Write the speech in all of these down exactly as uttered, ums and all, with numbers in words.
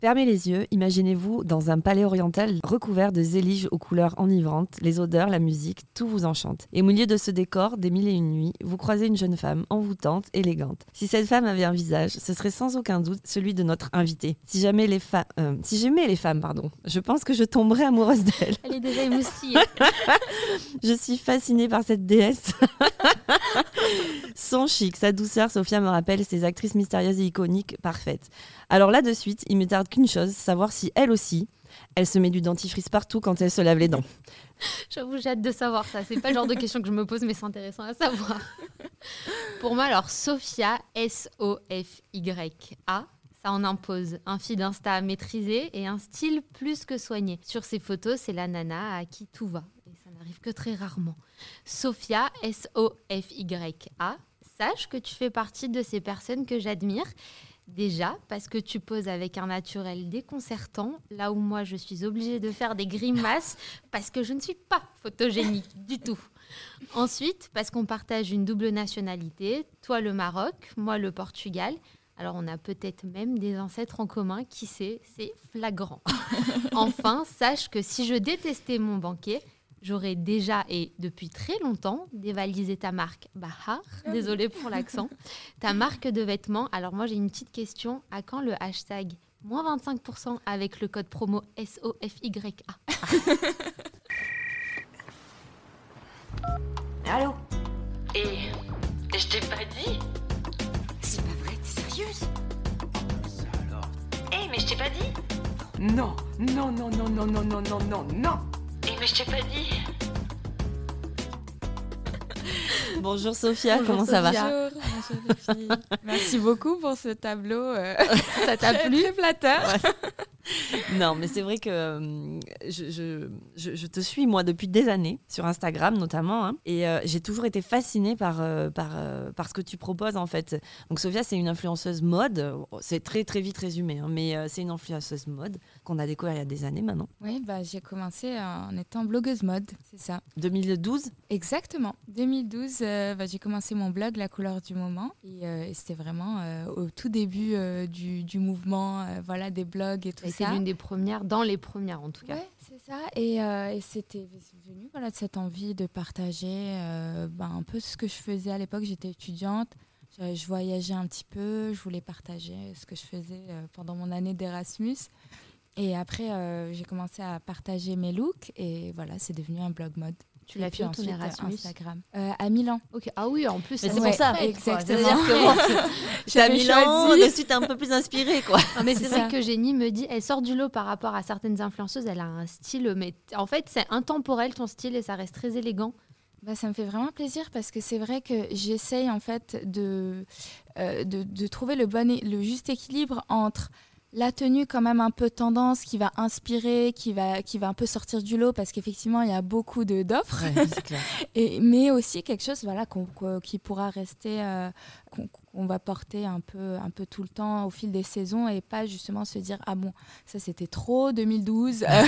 Fermez les yeux, imaginez-vous dans un palais oriental recouvert de zéliges aux couleurs enivrantes, les odeurs, la musique, tout vous enchante. Et au milieu de ce décor, des mille et une nuits, vous croisez une jeune femme, envoûtante, élégante. Si cette femme avait un visage, ce serait sans aucun doute celui de notre invité. Si jamais les fa- euh, si j'aimais les femmes, pardon, je pense que je tomberais amoureuse d'elle. Elle est déjà émoustillée. Je suis fascinée par cette déesse. Son chic, sa douceur, Sophia me rappelle ces actrices mystérieuses et iconiques parfaites. Alors là de suite, il me tarde qu'une chose, savoir si elle aussi, elle se met du dentifrice partout quand elle se lave les dents. J'avoue, j'ai hâte de savoir ça. C'est pas le genre de question que je me pose, mais c'est intéressant à savoir. Pour moi, alors, Sophia, S O F Y A, ça en impose un feed Insta maîtrisé et un style plus que soigné. Sur ses photos, c'est la nana à qui tout va. Et ça n'arrive que très rarement. Sophia, S O F Y A, sache que tu fais partie de ces personnes que j'admire. Déjà, parce que tu poses avec un naturel déconcertant, là où moi, je suis obligée de faire des grimaces parce que je ne suis pas photogénique du tout. Ensuite, parce qu'on partage une double nationalité, toi le Maroc, moi le Portugal. Alors, on a peut-être même des ancêtres en commun, qui sait, c'est flagrant. Enfin, sache que si je détestais mon banquier, j'aurais déjà, et depuis très longtemps, dévalisé ta marque Bahar, désolée pour l'accent, ta marque de vêtements. Alors moi, j'ai une petite question. À quand le hashtag moins vingt-cinq pour cent avec le code promo S O F Y A? Allô? Et je t'ai pas dit? C'est pas vrai, t'es sérieuse? Ça alors? Eh, mais je t'ai pas dit? Non, non, non, non, non, non, non, non, non, non. Eh, mais je t'ai pas dit? Bonjour Sophia, Bonjour comment ça va? Bonjour, bonjour les filles. Merci beaucoup pour ce tableau. Euh, Ça t'a très, plu? très flatteur. Ouais. Non, mais c'est vrai que euh, je, je, je, je te suis, moi, depuis des années, sur Instagram notamment, hein, et euh, j'ai toujours été fascinée par, euh, par, euh, par ce que tu proposes, en fait. Donc, Sophia, c'est une influenceuse mode, c'est très, très vite résumé, hein, mais euh, c'est une influenceuse mode qu'on a découvert il y a des années maintenant. Oui, bah, j'ai commencé en étant blogueuse mode, c'est ça. deux mille douze? Exactement. deux mille douze, euh, bah, j'ai commencé mon blog La couleur du moment, et, euh, et c'était vraiment euh, au tout début euh, du, du mouvement, euh, voilà, des blogs et tout Et ça. c'est l'une des premières, dans les premières en tout cas. Ouais, c'est ça. Et, euh, et c'était venu voilà, de cette envie de partager euh, ben, un peu ce que je faisais à l'époque. J'étais étudiante, je, je voyageais un petit peu, je voulais partager ce que je faisais euh, pendant mon année d'Erasmus. Et après, euh, j'ai commencé à partager mes looks et voilà, c'est devenu un blog mode. Tu l'as Et puis fait où ton ensuite, Erasmus? Instagram. Euh, à Milan. Ok. Ah oui, en plus, Mais ça c'est ouais, pour ça. Exactement. T'as J'avais Milan, choisi. de suite t'es un peu plus inspirée, quoi. Non, mais c'est, C'est vrai ça. que Jenny me dit, elle sort du lot par rapport à certaines influenceuses, elle a un style, mais en fait c'est intemporel ton style et ça reste très élégant. Bah, ça me fait vraiment plaisir parce que c'est vrai que j'essaye en fait de, euh, de, de trouver le, bon, é- le juste équilibre entre la tenue quand même un peu tendance qui va inspirer, qui va, qui va un peu sortir du lot parce qu'effectivement il y a beaucoup de, d'offres, Ouais, c'est clair. et, mais aussi quelque chose voilà, qu'on, qu'on- qui pourra rester, euh, qu'on, qu'on va porter un peu, un peu tout le temps au fil des saisons et pas justement se dire ah bon ça c'était trop deux mille douze, euh,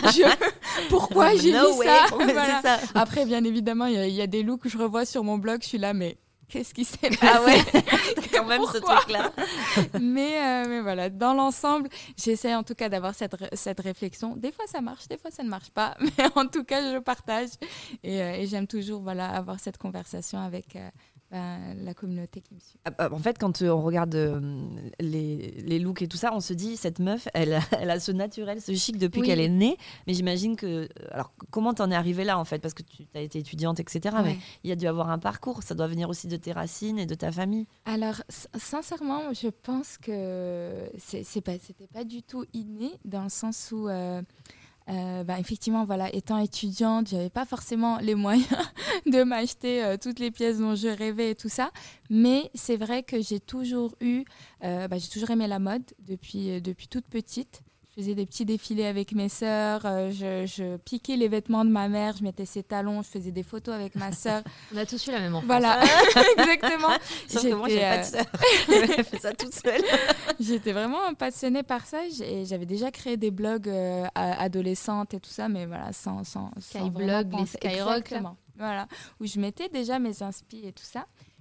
je- pourquoi j'ai No mis way. ça, Ouais, Voilà. c'est ça. Après, bien évidemment, il y, a- il y a des looks que je revois sur mon blog. Je suis là, mais qu'est-ce qui s'est passé? Ah ouais, quand même ce Pourquoi truc-là. mais, euh, mais voilà, dans l'ensemble, j'essaie en tout cas d'avoir cette, ré- cette réflexion. Des fois, ça marche, des fois, ça ne marche pas. Mais en tout cas, je partage. Et, euh, et j'aime toujours voilà, avoir cette conversation avec euh, ben, la communauté qui me suit. Ah, En fait, quand euh, on regarde euh, les, les looks et tout ça, on se dit, cette meuf, elle, a- elle a ce naturel, ce chic depuis Oui. qu'elle est née. Mais j'imagine que... Alors, comment t'en es arrivée là, en fait? Parce que tu as été étudiante, et cetera. Mais Ouais. il y a dû avoir un parcours. Ça doit venir aussi de tes racines et de ta famille. Alors, s- sincèrement, je pense que c'est, c'est pas, c'était pas du tout inné, dans le sens où, euh, euh, bah, effectivement, voilà, étant étudiante, j'avais pas forcément les moyens de m'acheter euh, toutes les pièces dont je rêvais et tout ça. Mais c'est vrai que j'ai toujours eu, euh, bah, j'ai toujours aimé la mode depuis, euh, depuis toute petite. Je faisais des petits défilés avec mes sœurs, euh, je, je piquais les vêtements de ma mère, je mettais ses talons, je faisais des photos avec ma sœur. On a tous eu la même enfance. Voilà, exactement. Sauf que moi, J'étais, j'avais pas euh, de sœur. J'avais fait ça toute seule. J'étais vraiment passionnée par ça et j'avais déjà créé des blogs euh, à- adolescentes et tout ça, mais voilà, sans, sans, sans Skyblog, vraiment les penser- Skyrock, là. Exactement. Voilà, où je mettais déjà mes inspi et tout ça.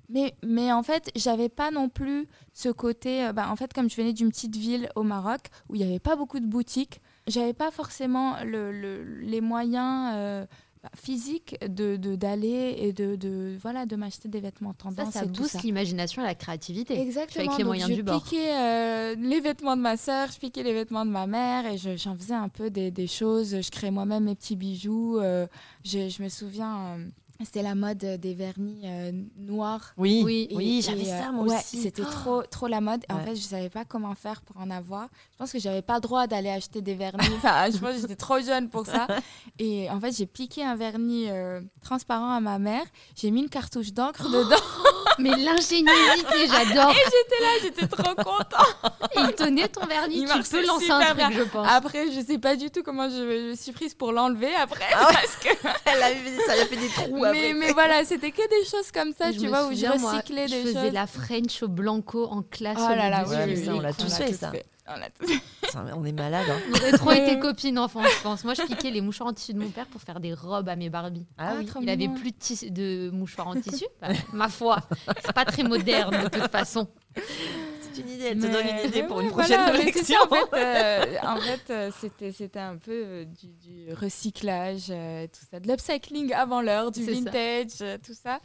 Mais, mais en fait, j'avais pas non plus ce côté... euh, bah, en fait, comme je venais d'une petite ville au Maroc, où il n'y avait pas beaucoup de boutiques, j'avais pas forcément le, le, les moyens euh, bah, physiques de, de, d'aller et de, de, voilà, de m'acheter des vêtements tendance Ça, ça et tout booste ça. l'imagination et la créativité. Exactement. Avec les donc moyens je du bord. piquais euh, les vêtements de ma sœur, je piquais les vêtements de ma mère et je, j'en faisais un peu des, des choses. Je créais moi-même mes petits bijoux. Euh, je, je me souviens, euh, c'était la mode des vernis euh, noirs. Oui, Oui, oui, oui Et- j'avais et, euh, ça moi ouais, aussi. C'était Oh. trop, trop la mode. Et En Ouais. fait, je savais pas comment faire pour en avoir. Je pense que j'avais pas le droit d'aller acheter des vernis. Enfin, je pense que j'étais trop jeune pour ça. Et en fait, j'ai piqué un vernis euh, transparent à ma mère. J'ai mis une cartouche d'encre dedans. Mais l'ingéniosité, j'adore. J'étais trop contente. Et il tenait ton vernis. Il Tu marchait peux lancer un super truc, bien. je pense. Après, je sais pas du tout comment je, je me suis prise pour l'enlever après. Ah ouais. parce que... Elle a eu, ça lui a fait des trous mais, après. mais voilà, c'était que des choses comme ça, Je tu me vois, où je souviens, moi, recyclais je des faisais choses. la French au blanco en classe. Oh au là là, lieu oui, du Ouais, oui, mais ça, oui, on l'a oui, tous fait, tous ça. On l'a tous fait. Putain, mais on est malade. Hein. On aurait trop été copines enfants, je pense. Moi, je piquais les mouchoirs en tissu de mon père pour faire des robes à mes Barbies. Ah oui. trop Il avait mignon. plus de, tissu- de mouchoirs en tissu. Bah, ma foi, c'est pas très moderne de toute façon. C'est une idée, elle te Mais- donne une idée pour ouais, une prochaine voilà, mais c'est collection. ça, en fait, euh, en fait euh, c'était, c'était un peu euh, du, du recyclage, euh, tout ça, de l'upcycling avant l'heure, du C'est ça. vintage, euh, tout ça.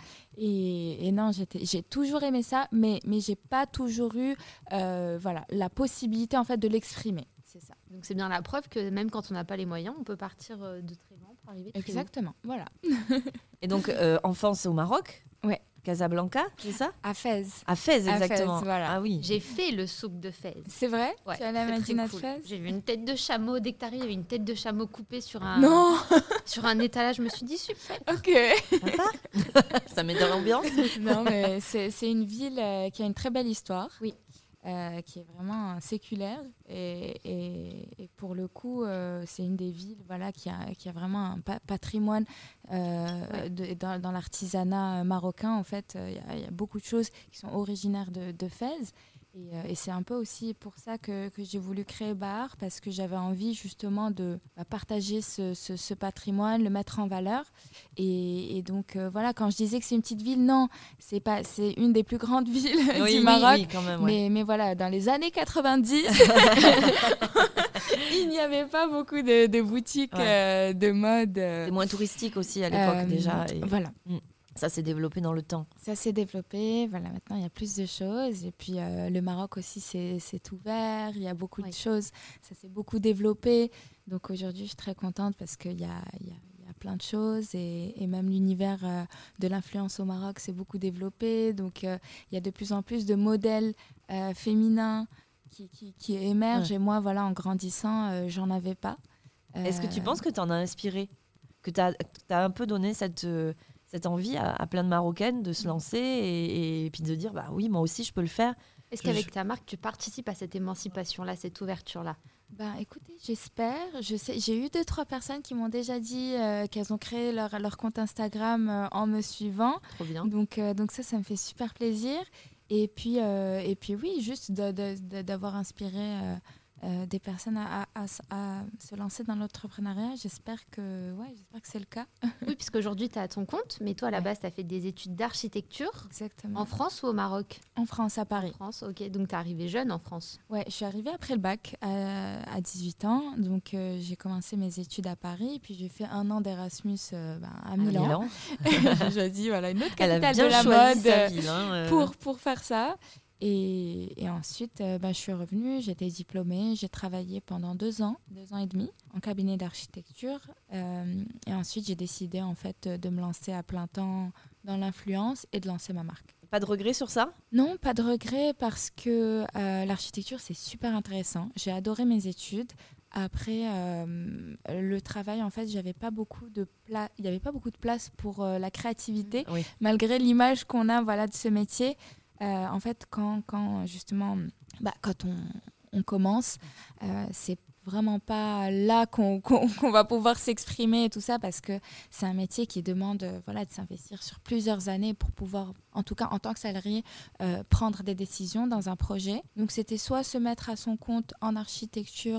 Et, et non, j'étais, j'ai toujours aimé ça, mais, mais j'ai pas toujours eu euh, voilà, la possibilité en fait, de l'exprimer. C'est ça. Donc c'est bien la preuve que même quand on n'a pas les moyens, on peut partir euh, de très loin pour arriver très haut. Exactement, voilà. Et donc, euh, enfance au Maroc. Ouais. Casablanca, c'est ça? À Fès. À Fès, À Fès, exactement. voilà. Ah oui. J'ai fait le souk de Fès. C'est vrai Ouais, Tu es allée à très, très Medina de cool. Fès J'ai vu une tête de chameau. Dès que t'arrives, il y avait une tête de chameau coupée sur un, Non sur un étalage. Je me suis dit, super. Ok. Sympa. Ça met dans l'ambiance. Non, mais c'est, c'est une ville euh, qui a une très belle histoire. Oui. Euh, qui est vraiment séculaire. Et, et, et pour le coup, euh, c'est une des villes voilà, qui, a, qui a vraiment un pa- patrimoine euh, Ouais. de, dans, dans l'artisanat marocain. En fait, il y, a- il y a beaucoup de choses qui sont originaires de, de Fès. Et, euh, et c'est un peu aussi pour ça que, que j'ai voulu créer Bahar, parce que j'avais envie justement de bah, partager ce, ce, ce patrimoine, le mettre en valeur. Et, et donc euh, voilà, quand je disais que c'est une petite ville, non, c'est pas, c'est une des plus grandes villes Oui, du oui, Maroc. oui, quand même. Ouais. Mais, mais voilà, dans les années quatre-vingt-dix, il n'y avait pas beaucoup de, de boutiques Ouais. euh, de mode. euh, C'est moins touristique aussi à l'époque euh, déjà. Et Voilà. ça s'est développé dans le temps. Ça s'est développé, voilà, maintenant il y a plus de choses. Et puis euh, le Maroc aussi, c'est, c'est ouvert, il y a beaucoup Oui. de choses, ça s'est beaucoup développé. Donc aujourd'hui, je suis très contente parce qu'il y a, il y a, il y a plein de choses. Et, et même l'univers euh, de l'influence au Maroc s'est beaucoup développé. Donc euh, il y a de plus en plus de modèles euh, féminins qui, qui, qui émergent. Ouais. Et moi, voilà, en grandissant, euh, j'en avais pas. Est-ce que tu Euh, penses que tu en as inspiré? Que tu as un peu donné cette, euh, cette envie à, à plein de Marocaines de se lancer et, et puis de dire bah oui, moi aussi je peux le faire. Est-ce Je- qu'avec ta marque, tu participes à cette émancipation-là, cette ouverture-là? Ben, écoutez, j'espère. Je sais, j'ai eu deux, trois personnes qui m'ont déjà dit euh, qu'elles ont créé leur, leur compte Instagram euh, en me suivant. Trop bien. Donc, euh, donc ça, ça me fait super plaisir. Et puis, euh, et puis oui, juste de- de- de- d'avoir inspiré euh, euh, des personnes à, à- à s- à se lancer dans l'entrepreneuriat. J'espère que, ouais, j'espère que c'est le cas. Oui, puisqu'aujourd'hui, tu as ton compte, mais toi, à la Ouais. base, tu as fait des études d'architecture Exactement. en France ou au Maroc? En France, à Paris. En France, ok. Donc, tu es arrivée jeune en France. Ouais, je suis arrivée après le bac à, à dix-huit ans. Donc, euh, j'ai commencé mes études à Paris. Puis, j'ai fait un an d'Erasmus euh, ben, à, À Milan. Milan. J'ai choisi voilà, une autre Elle a capitale bien de la choisi mode sa euh, ville. hein, euh. pour, pour faire ça. Et, et ensuite, euh, bah, je suis revenue, j'étais diplômée, j'ai travaillé pendant deux ans, deux ans et demi en cabinet d'architecture. Euh, et ensuite, j'ai décidé en fait de me lancer à plein temps dans l'influence et de lancer ma marque. Pas de regret sur ça? Non, pas de regret parce que euh, l'architecture, c'est super intéressant. J'ai adoré mes études. Après, euh, le travail, en fait, j'avais pas beaucoup de pla- il n'y avait pas beaucoup de place pour euh, la créativité, Oui. malgré l'image qu'on a voilà, de ce métier. Euh, en fait, quand, quand justement, bah, quand on, on commence, euh, c'est vraiment pas là qu'on, qu'on, qu'on va pouvoir s'exprimer et tout ça, parce que c'est un métier qui demande euh, voilà, de s'investir sur plusieurs années pour pouvoir, en tout cas en tant que salarié, euh, prendre des décisions dans un projet. Donc c'était soit se mettre à son compte en architecture,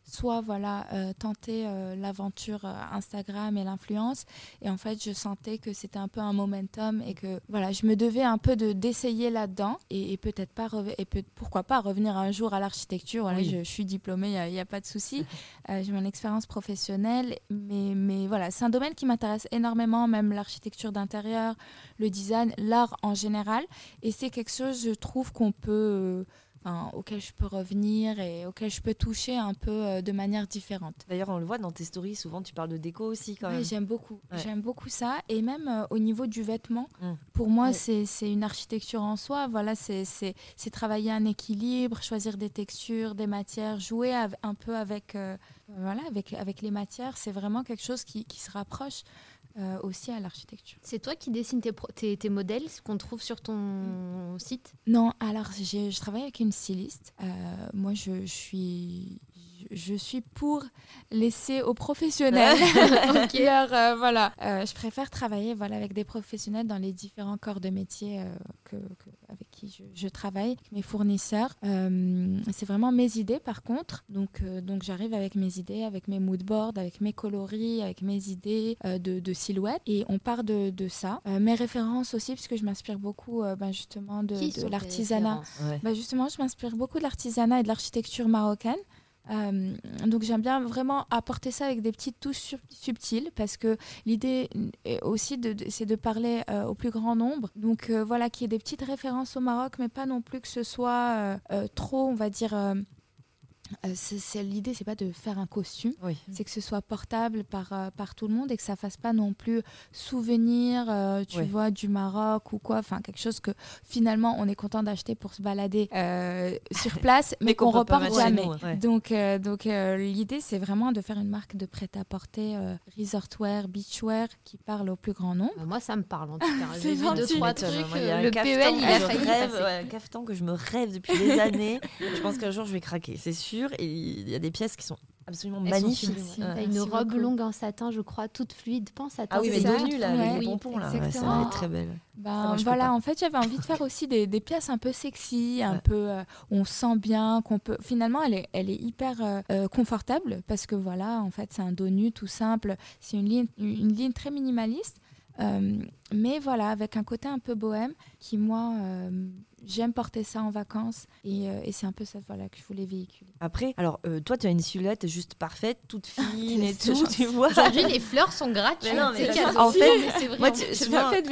soit voilà, euh, tenter euh, l'aventure euh, Instagram et l'influence. Et en fait, je sentais que c'était un peu un momentum et que voilà, je me devais un peu de, d'essayer là-dedans et, et peut-être pas, rev- et peut- pourquoi pas revenir un jour à l'architecture. Voilà, Oui. je, je suis diplômée, il n'y a, a pas de souci. Euh, j'ai mon expérience professionnelle, mais, mais voilà, c'est un domaine qui m'intéresse énormément, même l'architecture d'intérieur, le design, l'art en général. Et c'est quelque chose, je trouve, qu'on peut... euh, Enfin, auquel je peux revenir et auquel je peux toucher un peu euh, de manière différente. D'ailleurs, on le voit dans tes stories, souvent tu parles de déco aussi quand Ouais, même. j'aime beaucoup. Ouais. J'aime beaucoup ça. Et même euh, au niveau du vêtement, Mm. pour moi, Ouais. c'est, c'est une architecture en soi. Voilà, c'est, c'est, c'est travailler un équilibre, choisir des textures, des matières, jouer av- un peu avec, euh, voilà, avec, avec les matières. C'est vraiment quelque chose qui, qui se rapproche euh, aussi à l'architecture. C'est toi qui dessines tes, pro- tes, tes modèles, ce qu'on trouve sur ton site? Non, alors j'ai- je travaille avec une styliste. Euh, moi, je, je suis, je, je suis pour laisser aux professionnels. Ok. leur, euh, voilà, Euh, je préfère travailler voilà avec des professionnels dans les différents corps de métier euh, que, que- avec qui je, je travaille, avec mes fournisseurs. Euh, c'est vraiment mes idées, par contre. Donc, euh, donc j'arrive avec mes idées, avec mes moodboards, avec mes coloris, avec mes idées euh, de, de silhouettes, et on part de, de ça. Euh, mes références aussi, puisque je m'inspire beaucoup, euh, ben, justement, de, Qui de sont tes l'artisanat. références? Ouais. Bah justement, je m'inspire beaucoup de l'artisanat et de l'architecture marocaine. Euh, donc j'aime bien vraiment apporter ça avec des petites touches sub- subtiles, parce que l'idée est aussi de, de- c'est de parler euh, au plus grand nombre. Donc euh, voilà, qu'il y ait des petites références au Maroc, mais pas non plus que ce soit euh, euh, trop, on va dire... euh, euh, c'est, c'est- l'idée, c'est pas de faire un costume, Oui. c'est que ce soit portable par, euh, par tout le monde et que ça fasse pas non plus souvenir, euh, tu Ouais. vois, du Maroc ou quoi. Enfin, quelque chose que finalement on est content d'acheter pour se balader euh, sur place, mais, Mais qu'on qu'on peut pas reporte mettre chez jamais. nous, ouais. Donc, euh, donc euh, l'idée, c'est vraiment de faire une marque de prêt-à-porter euh, resortwear, beachwear qui parle au plus grand nombre. Bah, moi, ça me parle en tout cas. C'est J'ai vu deux, gentil. trois Tu m'étonnes, trucs. moi, il y a euh, un Le cafetan P E L, il que a je failli y rêve, passer. ouais, un cafetan que je me rêve depuis des années. Je pense qu'un jour je vais craquer, c'est sûr. Et il y a des pièces qui sont absolument Elles sont magnifiques. sublimes. Ouais. T'as une Merci robe beaucoup. longue en satin, je crois, toute fluide. Pense à toi. Ah oui, mais C'est ça. dos nu là, Ouais. les pompons là, ouais, ça Exactement. elle est très belle. Ben, Ça, moi, je peux voilà, pas. en fait, j'avais envie de faire aussi des, des pièces un peu sexy, un Ouais. peu euh, où on sent bien, qu'on peut. Finalement, elle est, elle est hyper euh, euh, confortable, parce que voilà, en fait, c'est un dos nu tout simple. C'est une ligne, une ligne très minimaliste, euh, mais voilà, avec un côté un peu bohème qui, moi, euh, j'aime porter ça en vacances, et, euh, et c'est un peu ça, voilà, que je voulais véhiculer. Après, alors euh, toi tu as une silhouette juste parfaite, toute fine et C'est tout, tu vois. Aujourd'hui, les fleurs sont gratuites. Mais non, mais c'est parce que, cadeau. en fait, c'est vrai. moi, en tu- plus. J'ai souvent- bien fait de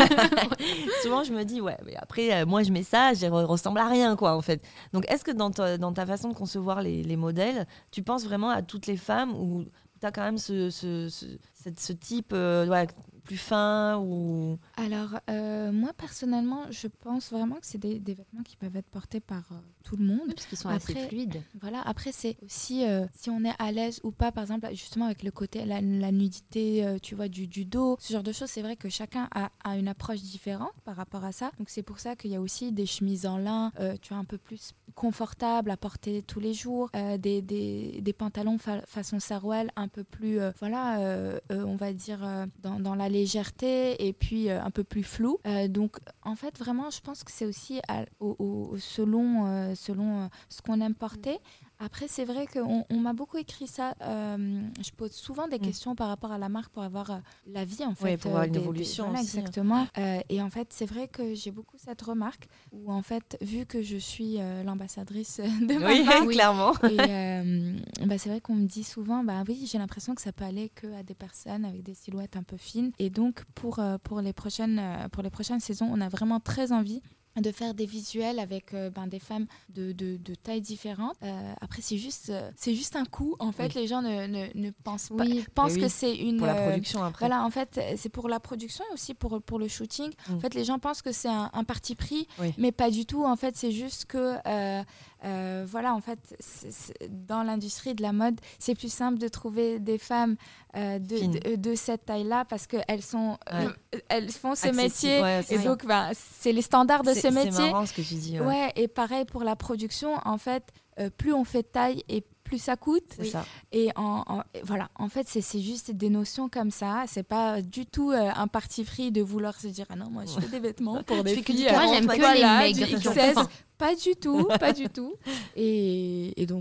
venir. Souvent, je me dis, ouais, mais après, euh, moi, je mets ça, je re- ressemble à rien, quoi, en fait. Donc, est-ce que dans ta, dans ta façon de concevoir les, les modèles, tu penses vraiment à toutes les femmes ou tu as quand même ce, ce, ce, cette- ce type euh, ouais, plus fin ou... Alors, euh, moi, personnellement, je pense vraiment que c'est des, des vêtements qui peuvent être portés par euh, tout le monde. Oui, parce qu'ils sont assez Après- fluides. Voilà, après, c'est aussi euh, si on est à l'aise ou pas, par exemple, justement avec le côté, la, la nudité, euh, tu vois, du, du dos, ce genre de choses, c'est vrai que chacun a, a une approche différente par rapport à ça. Donc, c'est pour ça qu'il y a aussi des chemises en lin, euh, tu vois, un peu plus confortables à porter tous les jours, euh, des, des, des pantalons fa- façon sarouel, un peu plus, euh, voilà, euh, euh, on va dire, euh, dans, dans la légèreté, et puis euh, un peu plus flou. Euh, donc, en fait, vraiment, je pense que c'est aussi à- au, au- selon, euh, selon euh, ce qu'on aime porter. Après, c'est vrai qu'on on m'a beaucoup écrit ça. euh, je pose souvent des Mm. questions par rapport à la marque pour avoir euh, l'avis, en fait. Ouais, pour avoir une des- des- évolution voilà, aussi, hein. exactement. Euh, et en fait, c'est vrai que j'ai beaucoup cette remarque où, en fait, vu que je suis euh, l'ambassadrice de ma Oui, marque, clairement. et euh, bah, c'est vrai qu'on me dit souvent, bah oui, j'ai l'impression que ça peut aller que à des personnes avec des silhouettes un peu fines. Et donc, pour, euh, pour, les, prochaines, euh, pour les prochaines saisons, on a vraiment très envie de faire des visuels avec euh, ben, des femmes de, de, de tailles différentes. Euh, après, c'est juste, euh, c'est juste un coup. En fait, Oui. les gens ne, ne, ne pensent pas, Oui. pensent oui, que c'est une... Pour la euh, production après. voilà, en fait, c'est pour la production et aussi pour, pour le shooting. Mm. En fait, les gens pensent que c'est un, un parti pris, Oui. mais pas du tout. En fait, c'est juste que, euh, euh, voilà, en fait, c'est- c'est- dans l'industrie de la mode, c'est plus simple de trouver des femmes euh, de, Fines. de, de cette taille-là parce qu'elles sont, Ouais. euh, elles font ce Accessible. métier. Ouais, c'est Et ça. donc, ben, c'est les standards de C'est- ce métier. C'est marrant ce que tu dis. Ouais. Ouais, et pareil pour la production, en fait, euh, plus on fait de taille et plus ça coûte. C'est ça. Et en, en- et voilà, en fait, c'est c'est juste des notions comme ça. C'est pas du tout euh, un parti pris de vouloir se dire ah non, moi je fais des vêtements pour des fais que du filles. quarante, Moi, j'aime ouais, que voilà, les du maigres. X S. Pas du tout, pas du tout. Et, et donc voilà.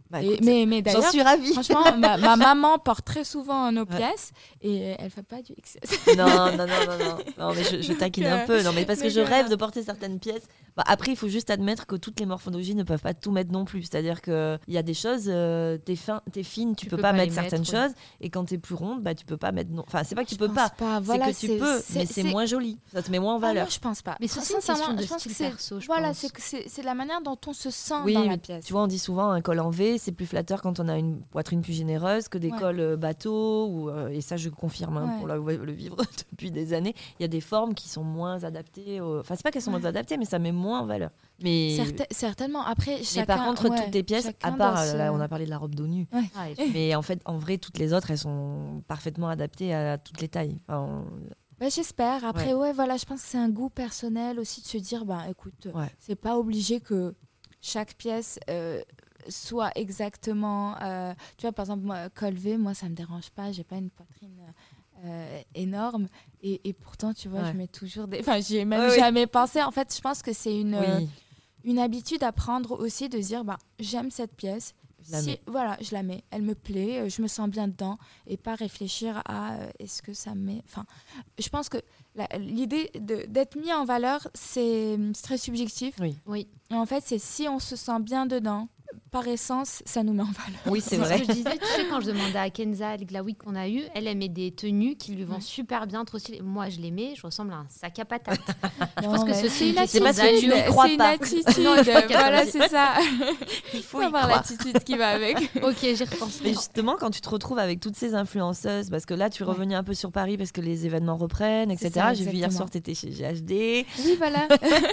Bah, Et- écoute, mais, mais j'en d'ailleurs, suis ravie. franchement, ma, ma maman porte très souvent nos Ouais. pièces et elle fait pas du X S. Non, non, non, non, non, non, mais je, je taquine Donc, un peu. Non, mais parce que mais je voilà. rêve de porter certaines pièces. Bah, après, il faut juste admettre que toutes les morphologies ne peuvent pas tout mettre non plus. C'est-à-dire qu'il y a des choses, euh, t'es, fin, t'es fine, tu, Tu peux, peux pas, pas mettre les certaines mettre, ouais. choses. Et quand t'es plus ronde, bah, tu peux pas mettre non. Enfin, c'est pas que tu Je peux pense pas. pas. Voilà, c'est que tu peux, mais c'est, moins joli. Ça te met moins en Ah valeur. non, je pense pas. Mais c'est aussi une Sincèrement, question de je pense style que c'est perso, je voilà, pense. c'est que c'est c'est la manière dont on se sent Oui, dans mais la pièce. tu vois, on dit souvent un col en V, c'est plus flatteur quand on a une poitrine plus généreuse que des Ouais. cols euh, bateaux. Ou, euh, et ça, je confirme hein, Ouais. pour la- le vivre depuis des années. Il y a des formes qui sont moins adaptées. au- Enfin, c'est pas qu'elles sont Ouais. moins adaptées, mais ça met moins en valeur. Mais, Certain- certainement. Après, mais chacun. par contre, ouais, toutes tes pièces, chacun à part, doit euh, se- là, on a parlé de la robe dos nu. Ah, et- Mais en fait, en vrai, toutes les autres, elles sont parfaitement adaptées à toutes les tailles. Enfin, on- Bah, j'espère. Après, ouais. voilà, je pense que c'est un goût personnel aussi de se dire, bah, écoute, Ouais. c'est pas obligé que chaque pièce euh, soit exactement. euh, tu vois, par exemple, moi, col V, moi, ça me dérange pas. J'ai pas une poitrine euh, énorme. Et, et pourtant, tu vois, Ouais. je mets toujours des. Enfin, j'y ai même Ouais, ouais. jamais pensé. En fait, je pense que c'est une, euh, Oui, une habitude à prendre aussi de se dire, bah, j'aime cette pièce. je la Si- mets. voilà, je la mets. Elle me plaît, euh, je me sens bien dedans et pas réfléchir à euh, est-ce que ça me met. Enfin, je pense que la- l'idée de- d'être mis en valeur, c'est c'est très subjectif. Oui. Oui. Et en fait, c'est si on se sent bien dedans, par essence, ça nous met en valeur. Oui, c'est C'est ce vrai. que je disais, tu sais, quand je demandais à Kenza, avec la week qu'on a eue, elle aimait des tenues qui lui vont Ouais. super bien, trop stylées. Moi, je les mets, je ressemble à un sac à patates. Je pense que ce- c'est une C'est parce que tu n'y crois C'est une pas. attitude. Non, il faut qu'elle voilà, soit- c'est ça. Il Il faut faut y avoir croire. l'attitude qui va avec. Ok, j'y repense. Mais justement, quand tu te retrouves avec toutes ces influenceuses, parce que là, tu es Ouais. revenu un peu sur Paris parce que les événements reprennent, C'est et cetera. ça, J'ai vu hier exactement. soir, tu étais chez G H D. Oui, voilà.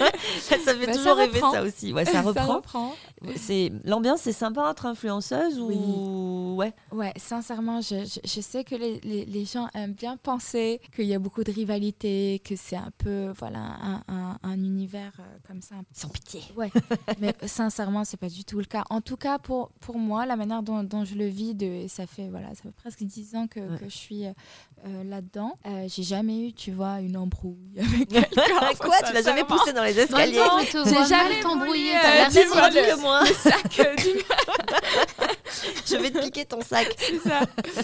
Ça fait Bah, ça toujours rêver reprend. ça aussi. Ouais, ça reprend. reprend. C'est L'ambiance, c'est sympa entre influenceuses ou ouais. Ouais, sincèrement, je, je, je sais que les, les, les gens aiment bien penser qu'il y a beaucoup de rivalité, que c'est un peu, voilà, un, un, un univers euh, comme ça. un peu- Sans pitié. Ouais, mais sincèrement, c'est pas du tout le cas. En tout cas, pour, pour moi, la manière dont, dont je le vis, de, ça fait, voilà, ça fait presque dix ans que, Ouais. que je suis euh, là-dedans. Euh, j'ai jamais eu, tu vois, une embrouille avec quelqu'un. Quoi, tu l'as jamais sincèrement. poussé dans les En même escaliers? temps, on te J'ai voit jamais mal t'embrouiller. voulu, T'as euh, l'air tu si vois, gentil. le- que moi. Le sac euh, du Je vais te piquer ton sac. c'est ça.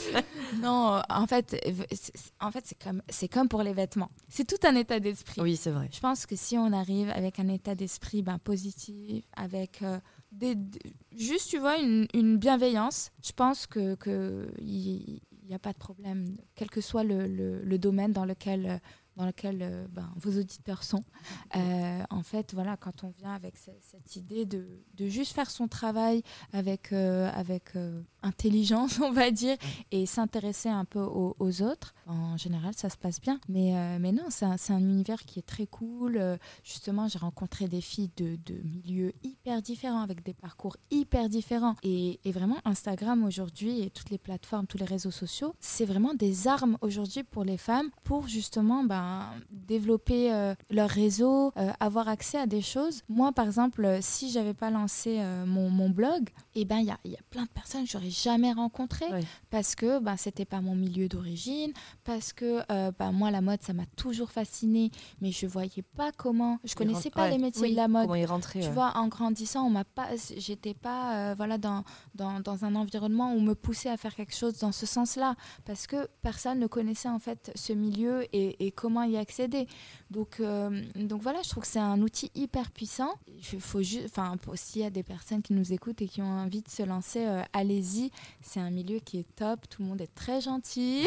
Non, euh, en fait, euh, c'est- c'est- en fait, c'est comme, c'est comme pour les vêtements. C'est tout un état d'esprit. Oui, c'est vrai. Je pense que si on arrive avec un état d'esprit ben, positif, avec euh, des, des- juste, tu vois, une, une bienveillance, je pense que que il n'y a pas de problème, quel que soit le, le, le domaine dans lequel euh, dans lequel euh, ben, vos auditeurs sont. Euh, en fait, voilà, quand on vient avec ce- cette idée de, de juste faire son travail avec, euh, avec euh, intelligence, on va dire, et s'intéresser un peu aux, aux autres, en général, ça se passe bien. Mais, euh, mais non, c'est un, c'est un univers qui est très cool. Euh, justement, j'ai rencontré des filles de, de milieux hyper différents, avec des parcours hyper différents. Et, et vraiment, Instagram aujourd'hui et toutes les plateformes, tous les réseaux sociaux, c'est vraiment des armes aujourd'hui pour les femmes pour justement ben, développer euh, leur réseau, euh, avoir accès à des choses. Moi, par exemple, euh, si j'avais pas lancé euh, mon, mon blog, eh ben il y a, y a plein de personnes que j'aurais jamais rencontrées Ouais. parce que ben c'était pas mon milieu d'origine, parce que euh, ben, moi la mode ça m'a toujours fascinée, mais je voyais pas comment, je connaissais pas ouais. les métiers Oui. de la mode. Comment y rentrer Tu ouais. vois, en grandissant, on m'a pas, j'étais pas, euh, voilà, dans, dans, dans un environnement où on me poussait à faire quelque chose dans ce sens-là, parce que personne ne connaissait en fait ce milieu et, et comment y accéder. Donc, euh, donc voilà, je trouve que c'est un outil hyper puissant. Il faut juste, enfin, s'il y a des personnes qui nous écoutent et qui ont envie de se lancer, euh, allez-y. C'est un milieu qui est top. Tout le monde est très gentil.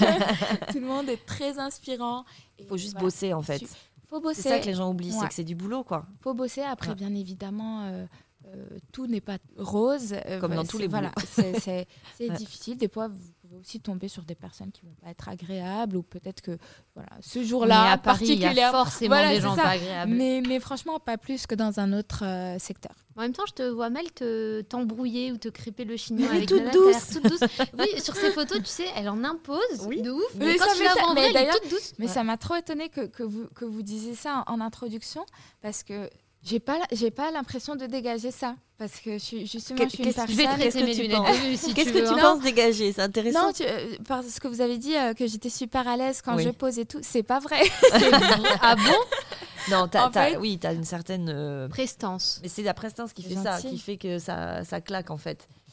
Tout le monde est très inspirant. Il faut juste voilà. bosser en fait. Su- Faut bosser. C'est ça que les gens oublient, c'est Ouais. que c'est du boulot quoi. faut bosser. Après, Ouais. bien évidemment, euh, euh, tout n'est pas rose. Euh, Comme voilà, dans tous c'est- les voilà, c'est, c'est, c'est Ouais. difficile. Des fois, vous pouvez aussi tomber sur des personnes qui vont pas être agréables ou peut-être que voilà, ce Mais jour-là, à Paris, il y a particulièrement. forcément Voilà, des c'est gens ça. pas agréables. Mais, mais franchement, pas plus que dans un autre euh, secteur. En même temps, je te vois mal te t'embrouiller ou te crêper le chignon Oui, avec toute Nana douce. Terre, toute douce. Oui, sur ces photos, tu sais, elle en impose Oui. de ouf. Mais Mais quand ça tu la m'étonne- vois en mais vrai, elle est d'ailleurs- toute douce. Mais Ouais. ça m'a trop étonnée que, que, vous, que vous disiez ça en, en introduction parce que j'ai pas, la- j'ai pas l'impression de dégager ça. Parce que je suis, justement, Que- je suis une qu'est-ce- personne... Je vais te Qu'est-ce prêter que mes tu lunettes penses de vue si Qu'est-ce tu que veux, tu hein. penses dégager? C'est intéressant. Non, tu- euh, parce que vous avez dit euh, que j'étais super à l'aise quand Oui. je pose et tout. C'est pas vrai. C'est vrai. Ah bon? Non, t'as, En t'as- fait- oui, t'as une certaine. euh, Prestance. Mais c'est la prestance qui C'est fait ça, gentil. qui fait que ça, ça claque en fait.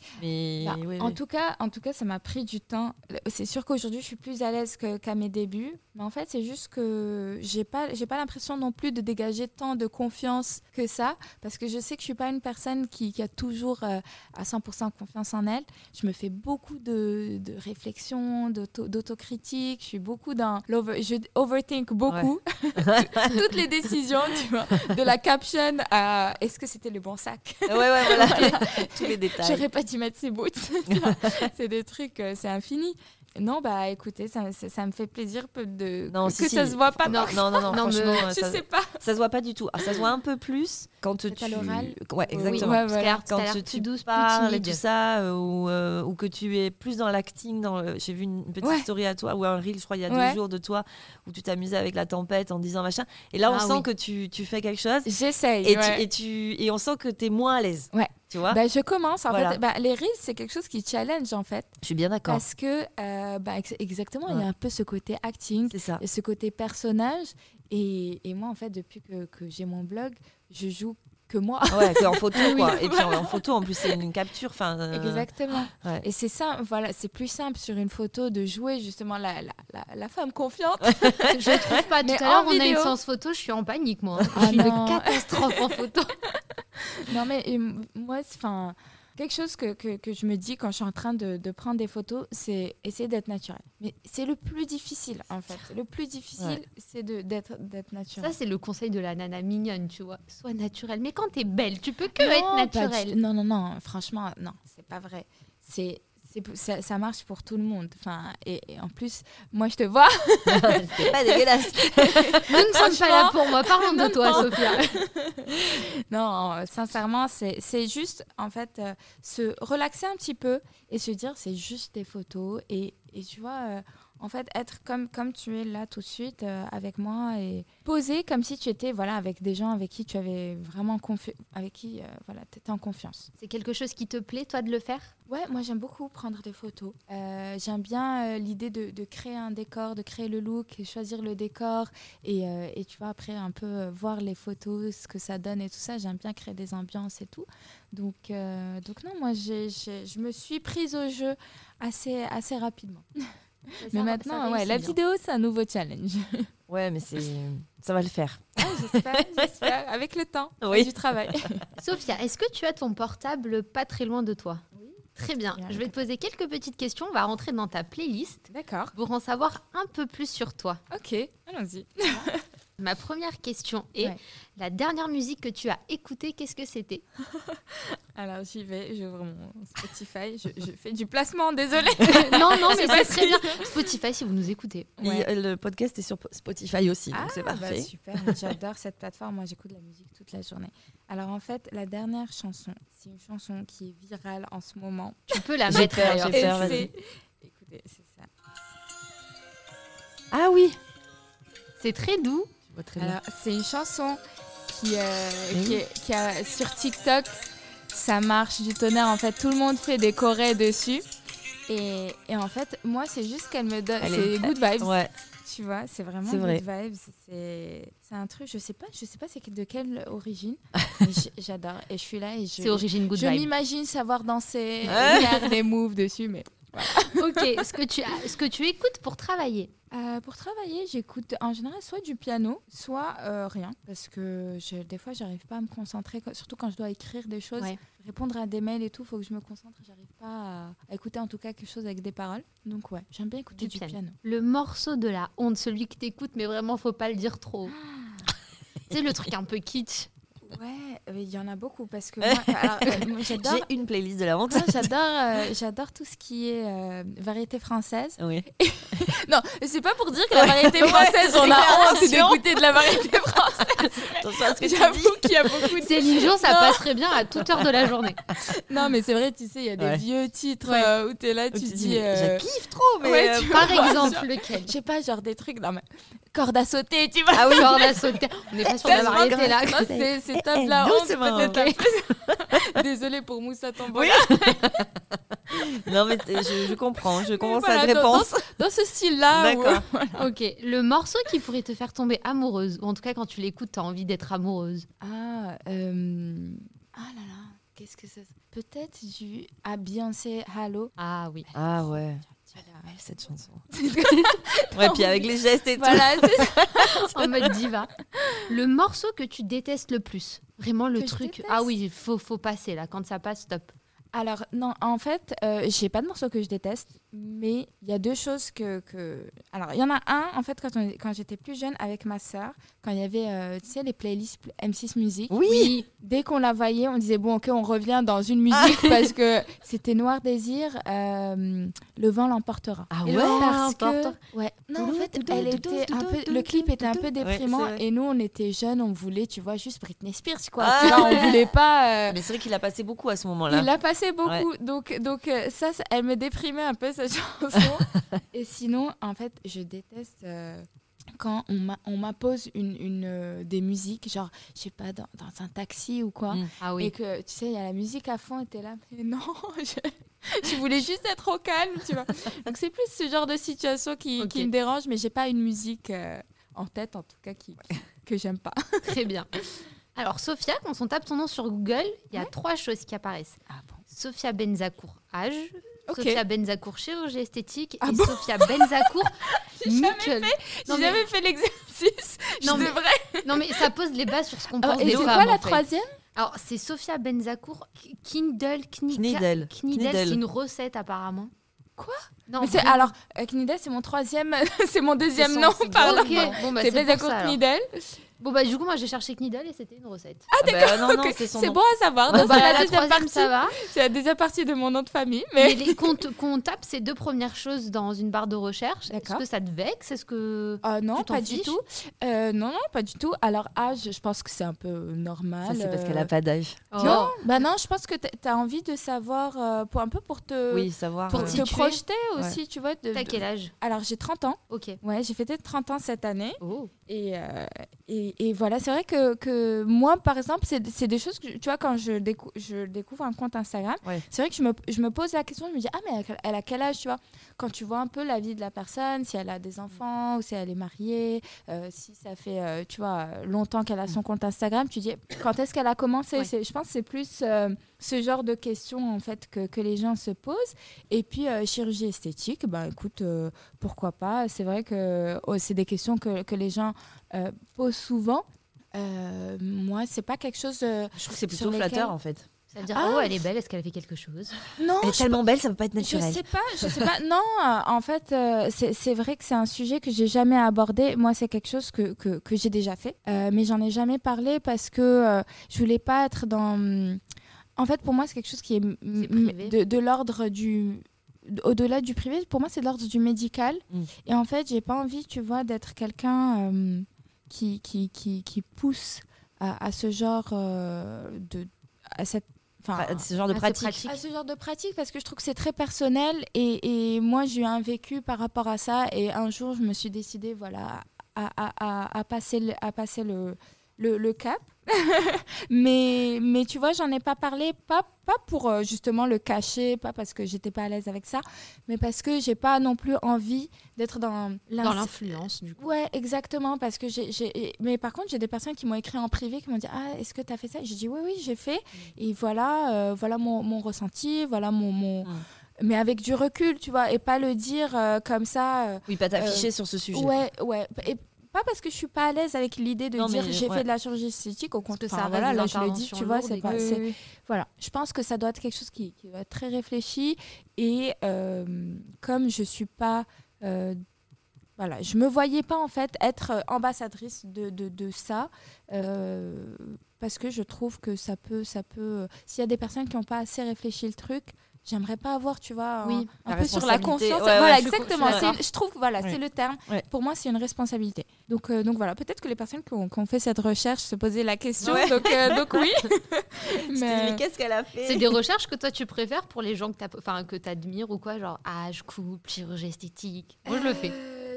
Mais Bah, oui, en, oui. Tout cas, en tout cas, ça m'a pris du temps. C'est sûr qu'aujourd'hui, je suis plus à l'aise que, qu'à mes débuts. Mais en fait, c'est juste que j'ai pas, j'ai pas l'impression non plus de dégager tant de confiance que ça. Parce que je sais que je suis pas une personne qui, qui a toujours euh, à cent pour cent confiance en elle. Je me fais beaucoup de, de réflexion, d'auto, d'autocritique. Je suis beaucoup dans l'over... Je overthink beaucoup. Ouais. Toutes les décisions, tu vois. De la caption à est-ce que c'était le bon sac. Ouais, ouais, voilà. Tous les détails. J'aurais pas dû mettre ses boots. C'est des trucs, euh, c'est infini. Non, bah écoutez, ça, ça, ça me fait plaisir de, non, que, si, que si. ça se voit pas. Non, non, non, non, non franchement, me... ça, je sais pas. Ça se voit pas du tout. Alors, ça se voit un peu plus quand tu... à l'oral. Ouais, exactement. Oui, ouais, voilà. Quand tu, tu douce, parles et tout ça, euh, ou, euh, ou que tu es plus dans l'acting. Dans le... J'ai vu une petite ouais. story à toi, ou un reel, je crois, il y a ouais. deux jours de toi, où tu t'amusais avec la tempête en disant machin. Et là, on ah, sent oui. que tu, tu fais quelque chose. J'essaye. Et, ouais. tu, et, tu, et on sent que tu es moins à l'aise. Ouais. Tu vois bah, je commence. En voilà. fait, bah, les reels, c'est quelque chose qui challenge, en fait. Je suis bien d'accord. Parce que, euh, bah, ex- exactement, il ouais. y a un peu ce côté acting, c'est ça. Et ce côté personnage. Et, et moi, en fait, depuis que, que j'ai mon blog, je joue que moi. Ouais, que en photo, quoi. Oui, et puis en, en photo, en plus, c'est une capture. Euh... Exactement. Ouais. Et c'est ça, voilà, c'est plus simple sur une photo de jouer justement la, la, la, la femme confiante. Je trouve pas. Tout à l'heure, on a une séance photo, je suis en panique, moi. Ah, je suis non. une catastrophe en photo. Non, mais et, moi, enfin, quelque chose que, que, que je me dis quand je suis en train de, de prendre des photos, c'est essayer d'être naturel. Mais c'est le plus difficile, en fait. Le plus difficile, ouais. c'est de, d'être, d'être naturel. Ça, c'est le conseil de la nana mignonne, tu vois. Sois naturelle. Mais quand t'es belle, tu peux que non, être naturelle. Du... Non, non, non. Franchement, non, c'est pas vrai. C'est... C'est, ça, ça marche pour tout le monde. Enfin, et, et en plus, moi, je te vois. C'est pas dégueulasse. Nous ne sommes pas là pour moi. Parlons de toi, Sophia. Non, sincèrement, c'est, c'est juste, en fait, euh, se relaxer un petit peu et se dire, c'est juste des photos. Et, et tu vois, euh, en fait, être comme, comme tu es là tout de suite euh, avec moi et poser comme si tu étais voilà, avec des gens avec qui tu avais vraiment confi- avec qui euh, voilà, tu étais en confiance. C'est quelque chose qui te plaît, toi, de le faire ? Ouais, moi, j'aime beaucoup prendre des photos. Euh, j'aime bien euh, l'idée de, de créer un décor, de créer le look, et choisir le décor et, euh, et tu vois, après, un peu euh, voir les photos, ce que ça donne et tout ça. J'aime bien créer des ambiances et tout. Donc, euh, donc non, moi, j'ai, j'ai, je me suis prise au jeu assez, assez rapidement. Mais ça, maintenant, ça ouais, la bien. Vidéo, c'est un nouveau challenge. Ouais, mais c'est... ça va le faire. Ah, j'espère, j'espère, avec le temps, oui. du travail. Sophia, est-ce que tu as ton portable pas très loin de toi ? Oui. Très bien. bien. Je vais te poser quelques petites questions. On va rentrer dans ta playlist. D'accord. Pour en savoir un peu plus sur toi. Ok, allons-y. Ma première question est, ouais. la dernière musique que tu as écoutée, qu'est-ce que c'était ? Alors j'y vais, j'ouvre mon Spotify, je, je fais du placement, désolée. non, non, mais c'est très bien. Spotify, si vous nous écoutez. Ouais. Et le podcast est sur Spotify aussi, ah, donc c'est parfait. Bah super, j'adore cette plateforme, moi j'écoute de la musique toute la journée. Alors en fait, la dernière chanson, c'est une chanson qui est virale en ce moment. Tu peux la mettre d'ailleurs. C'est... Écoutez, c'est ça. Ah oui. C'est très doux. Très Alors, c'est une chanson qui, euh, qui, oui. est, qui a sur TikTok, ça marche du tonnerre. En fait, tout le monde fait des chorés dessus. Et, et en fait, moi, c'est juste qu'elle me donne. Elle c'est est... good vibes. Ouais. Tu vois, c'est vraiment c'est good vrai. vibes. C'est, c'est un truc, je sais pas, je sais pas c'est de quelle origine. Mais j'adore. Et je suis là et je. C'est origine good je vibe. Je m'imagine savoir danser, faire des moves dessus, mais. Voilà. Ok, ce que tu as, ce que tu écoutes pour travailler. Euh, pour travailler, j'écoute en général soit du piano, soit euh, rien, parce que je, des fois, j'arrive pas à me concentrer, surtout quand je dois écrire des choses, ouais. répondre à des mails et tout, il faut que je me concentre, j'arrive pas à, à écouter en tout cas quelque chose avec des paroles. Donc ouais, j'aime bien écouter du, du piano. piano. Le morceau de la honte, celui que t'écoutes, mais vraiment, faut pas le dire trop. Ah. Tu sais, le truc un peu kitsch. Ouais, il y en a beaucoup parce que moi, alors, euh, moi j'adore. J'ai une playlist de la honte. Non, j'adore, euh, j'adore tout ce qui est euh, variété française. Oui. Non, c'est pas pour dire que la variété française, on a honte d'écouter de la variété française. Attention à ce que J'avoue qu'il y a beaucoup de. Céline Dion, ça non. passerait bien à toute heure de la journée. Non, mais c'est vrai, tu sais, il y a des ouais. vieux titres ouais. euh, où t'es là, tu, tu dis. dis euh... Je kiffe trop, mais. Ouais, euh, par exemple, genre, lequel ? Je sais pas, genre des trucs. Non, mais. Corde à sauter, tu vois. Ah oui, corde à sauter. On n'est pas sur la variété là. Non, c'est, c'est top là. Non, c'est peut-être la... Désolée pour Moussa Tombola. Oui. Non, mais je, je comprends. Je comprends voilà, cette dans, réponse. Dans, dans ce style-là. D'accord. Où, voilà. Ok. Le morceau qui pourrait te faire tomber amoureuse, ou en tout cas, quand tu l'écoutes, tu as envie d'être amoureuse. Ah, euh... ah là là. qu'est-ce que c'est? Peut-être du à Beyoncé Halo. Ah oui. Ah ouais. Tu l'as. Ouais, cette chanson. Ouais, puis avec les gestes et tout. Voilà, c'est ça. En mode diva. Le morceau que tu détestes le plus. Vraiment le Que je truc. déteste Ah oui, faut, faut passer là. Quand ça passe, stop. Alors, non, en fait, euh, j'ai pas de morceau que je déteste, mais il y a deux choses que... que... Alors, il y en a un, en fait, quand, on- quand j'étais plus jeune avec ma sœur, quand il y avait, euh, tu sais, les playlists M six Music. Oui. Dès qu'on la voyait, on disait, bon, ok, on revient dans une musique parce que c'était Noir Désir, euh, Le vent l'emportera. Ah Et ouais. le vent Parce que, l'emportera. ouais, non, en fait, Doudou, elle doudou, était un doudou, peu, doudou, le clip était un doudou. peu Ouais, déprimant c'est vrai. et nous, on était jeunes, on voulait, tu vois, juste Britney Spears, quoi. Ah Tu vois, ouais. on voulait pas... euh, Mais c'est vrai qu'il a passé beaucoup à ce moment-là. Il l'a passé beaucoup, Ouais. donc, donc euh, ça, ça- elle me déprimait un peu cette chanson. Et sinon, en fait, je déteste euh, quand on m'a- on m'impose une, une, euh, des musiques, genre, je sais pas, dans, dans un taxi ou quoi, Mm. Ah et oui. que, tu sais, il y a la musique à fond, et t'es là, mais non, je, je voulais juste être au calme, tu vois. Donc c'est plus ce genre de situation qui, Ok. qui me dérange, mais j'ai pas une musique euh, en tête, en tout cas, qui, qui- que j'aime pas. Très bien. Alors, Sophia, quand on tape ton nom sur Google, il y a trois choses qui apparaissent. Ah bon. Sophia Benzakour, âge. Ok. Sophia Benzakour, chirurgie esthétique. Ah et bon Sophia Benzakour, J'ai jamais nickel. J'ai Non, mais- jamais fait l'exercice, Non, je mais- devrais. Non, mais ça pose les bases sur ce qu'on Ah, pense et des c'est femmes. quoi la en fait. troisième? Alors, c'est Sophia Benzakour, K- Kindle, Knika- Knidel. Knidel, Knidel. c'est une recette apparemment. Quoi? Non, Mais c'est, vraiment. alors, euh, Knidel, c'est mon troisième, c'est mon deuxième C'est son- nom, c'est- pardon. Ok, bon, bah, c'est c'est pour Benzakour ça, alors. Knidel. Bon, bah, du coup, moi, j'ai cherché Knidel et c'était une recette. Ah d'accord. non, non, Ok, c'est son c'est nom. bon à savoir. Bon, Donc, bah, c'est la, la deuxième troisième, partie. ça va. C'est la deuxième partie de mon nom de famille. Mais Mais les, qu'on, te- qu'on tape ces deux premières choses dans une barre de recherche, est-ce D'accord. que ça te vexe? Est-ce que... Euh, non, Tu t'en pas du fiches tout. Euh, non, non, pas du tout. Alors, âge, je pense que c'est un peu normal. Ça, c'est parce euh, qu'elle a pas d'âge. Oh. Non, bah non, je pense que tu as envie de savoir, euh, pour, un peu pour te, Oui, savoir. pour euh, te situer. projeter aussi, tu vois. de- T'as de- quel âge? Alors, j'ai trente ans. Ok. Ouais, j'ai fêté trente ans cette année. Oh. Et, euh, et, et voilà, c'est vrai que, que moi, par exemple, c'est c'est des choses que, tu vois, quand je, décou- je découvre un compte Instagram, Ouais. c'est vrai que je me, je me pose la question, je me dis, ah, mais elle a quel- elle a quel âge, tu vois? Quand tu vois un peu la vie de la personne, si elle a des enfants ou si elle est mariée, euh, si ça fait, euh, tu vois, longtemps qu'elle a son compte Instagram, tu dis, quand est-ce qu'elle a commencé? Ouais. C'est- Je pense que c'est plus euh, ce genre de questions, en fait, que, que les gens se posent. Et puis, euh, chirurgie esthétique, bah, écoute, euh, pourquoi pas? C'est vrai que oh, c'est des questions que, que les gens euh, posent souvent. Euh, moi, c'est pas quelque chose. euh, Je trouve que c'est sur plutôt flatteur lesquels- en fait. Ça veut dire, Ah. oh, elle est belle, est-ce qu'elle a fait quelque chose? Non, Elle est je tellement belle, ça peut pas être Je naturel. sais pas, je sais pas. Non, euh, en fait, euh, c'est c'est vrai que c'est un sujet que j'ai jamais abordé. Moi, c'est quelque chose que, que, que j'ai déjà fait, Euh, mais j'en ai jamais parlé parce que euh, je voulais pas être dans. En fait, pour moi, c'est quelque chose qui est, m- C'est m- privé. de, de l'ordre du. Au-delà du privé, pour moi, c'est de l'ordre du médical. Mm. Et en fait, j'ai pas envie, tu vois, d'être quelqu'un euh, qui, qui, qui, qui pousse à, à ce genre euh, de. À cette. Enfin, Ah, ce genre de Ah, c'est pratique. pratique. à ce genre de pratique parce que je trouve que c'est très personnel et, et moi j'ai eu un vécu par rapport à ça et un jour je me suis décidée voilà à, à, à, à passer le, à passer le, le, le cap mais, mais tu vois j'en ai pas parlé pas, pas pour euh, justement le cacher pas parce que j'étais pas à l'aise avec ça mais parce que j'ai pas non plus envie d'être dans Dans l'ins- l'influence, du coup. Ouais, exactement, parce que j'ai... j'ai- Mais par contre, j'ai des personnes qui m'ont écrit en privé, qui m'ont dit « Ah, est-ce que tu as fait ça ?» J'ai dit « Oui, oui, j'ai fait. Et voilà, euh, voilà mon, mon ressenti, voilà mon... mon... Mm. Mais avec du recul, tu vois, et pas le dire euh, comme ça. euh, Oui, pas t'afficher sur ce sujet. ouais, ouais. Et pas parce que je suis pas à l'aise avec l'idée de Non, dire mais, j'ai ouais. fait de la chirurgie esthétique, au Parce que contraire. ça Enfin, reste voilà, des là, je le dis, interventions tu vois, lourdes c'est et pas... tout. c'est- Oui, oui. Voilà, je pense que ça doit être quelque chose qui, qui doit être très réfléchi. Et euh, comme je suis pas... euh, voilà, je me voyais pas en fait être euh, ambassadrice de, de, de ça euh, parce que je trouve que ça peut, ça peut. euh, S'il y a des personnes qui n'ont pas assez réfléchi le truc, j'aimerais pas avoir, tu vois, un- Oui, un, la peu sur la responsabilité. confiance. Ouais, ouais, voilà, je suis co- exactement. je suis C'est d'accord. une- je trouve, voilà, Ouais. c'est le terme. Ouais. Pour moi, c'est une responsabilité. Donc, euh, donc voilà, peut-être que les personnes qui ont, qui ont fait cette recherche se posaient la question. Ouais. Donc, euh, donc oui. Je t'ai dit, mais qu'est-ce qu'elle a fait C'est des recherches que toi tu préfères pour les gens que tu enfin, que t'admires ou quoi, genre âge, couple, chirurgie esthétique. Moi je le fais. Euh,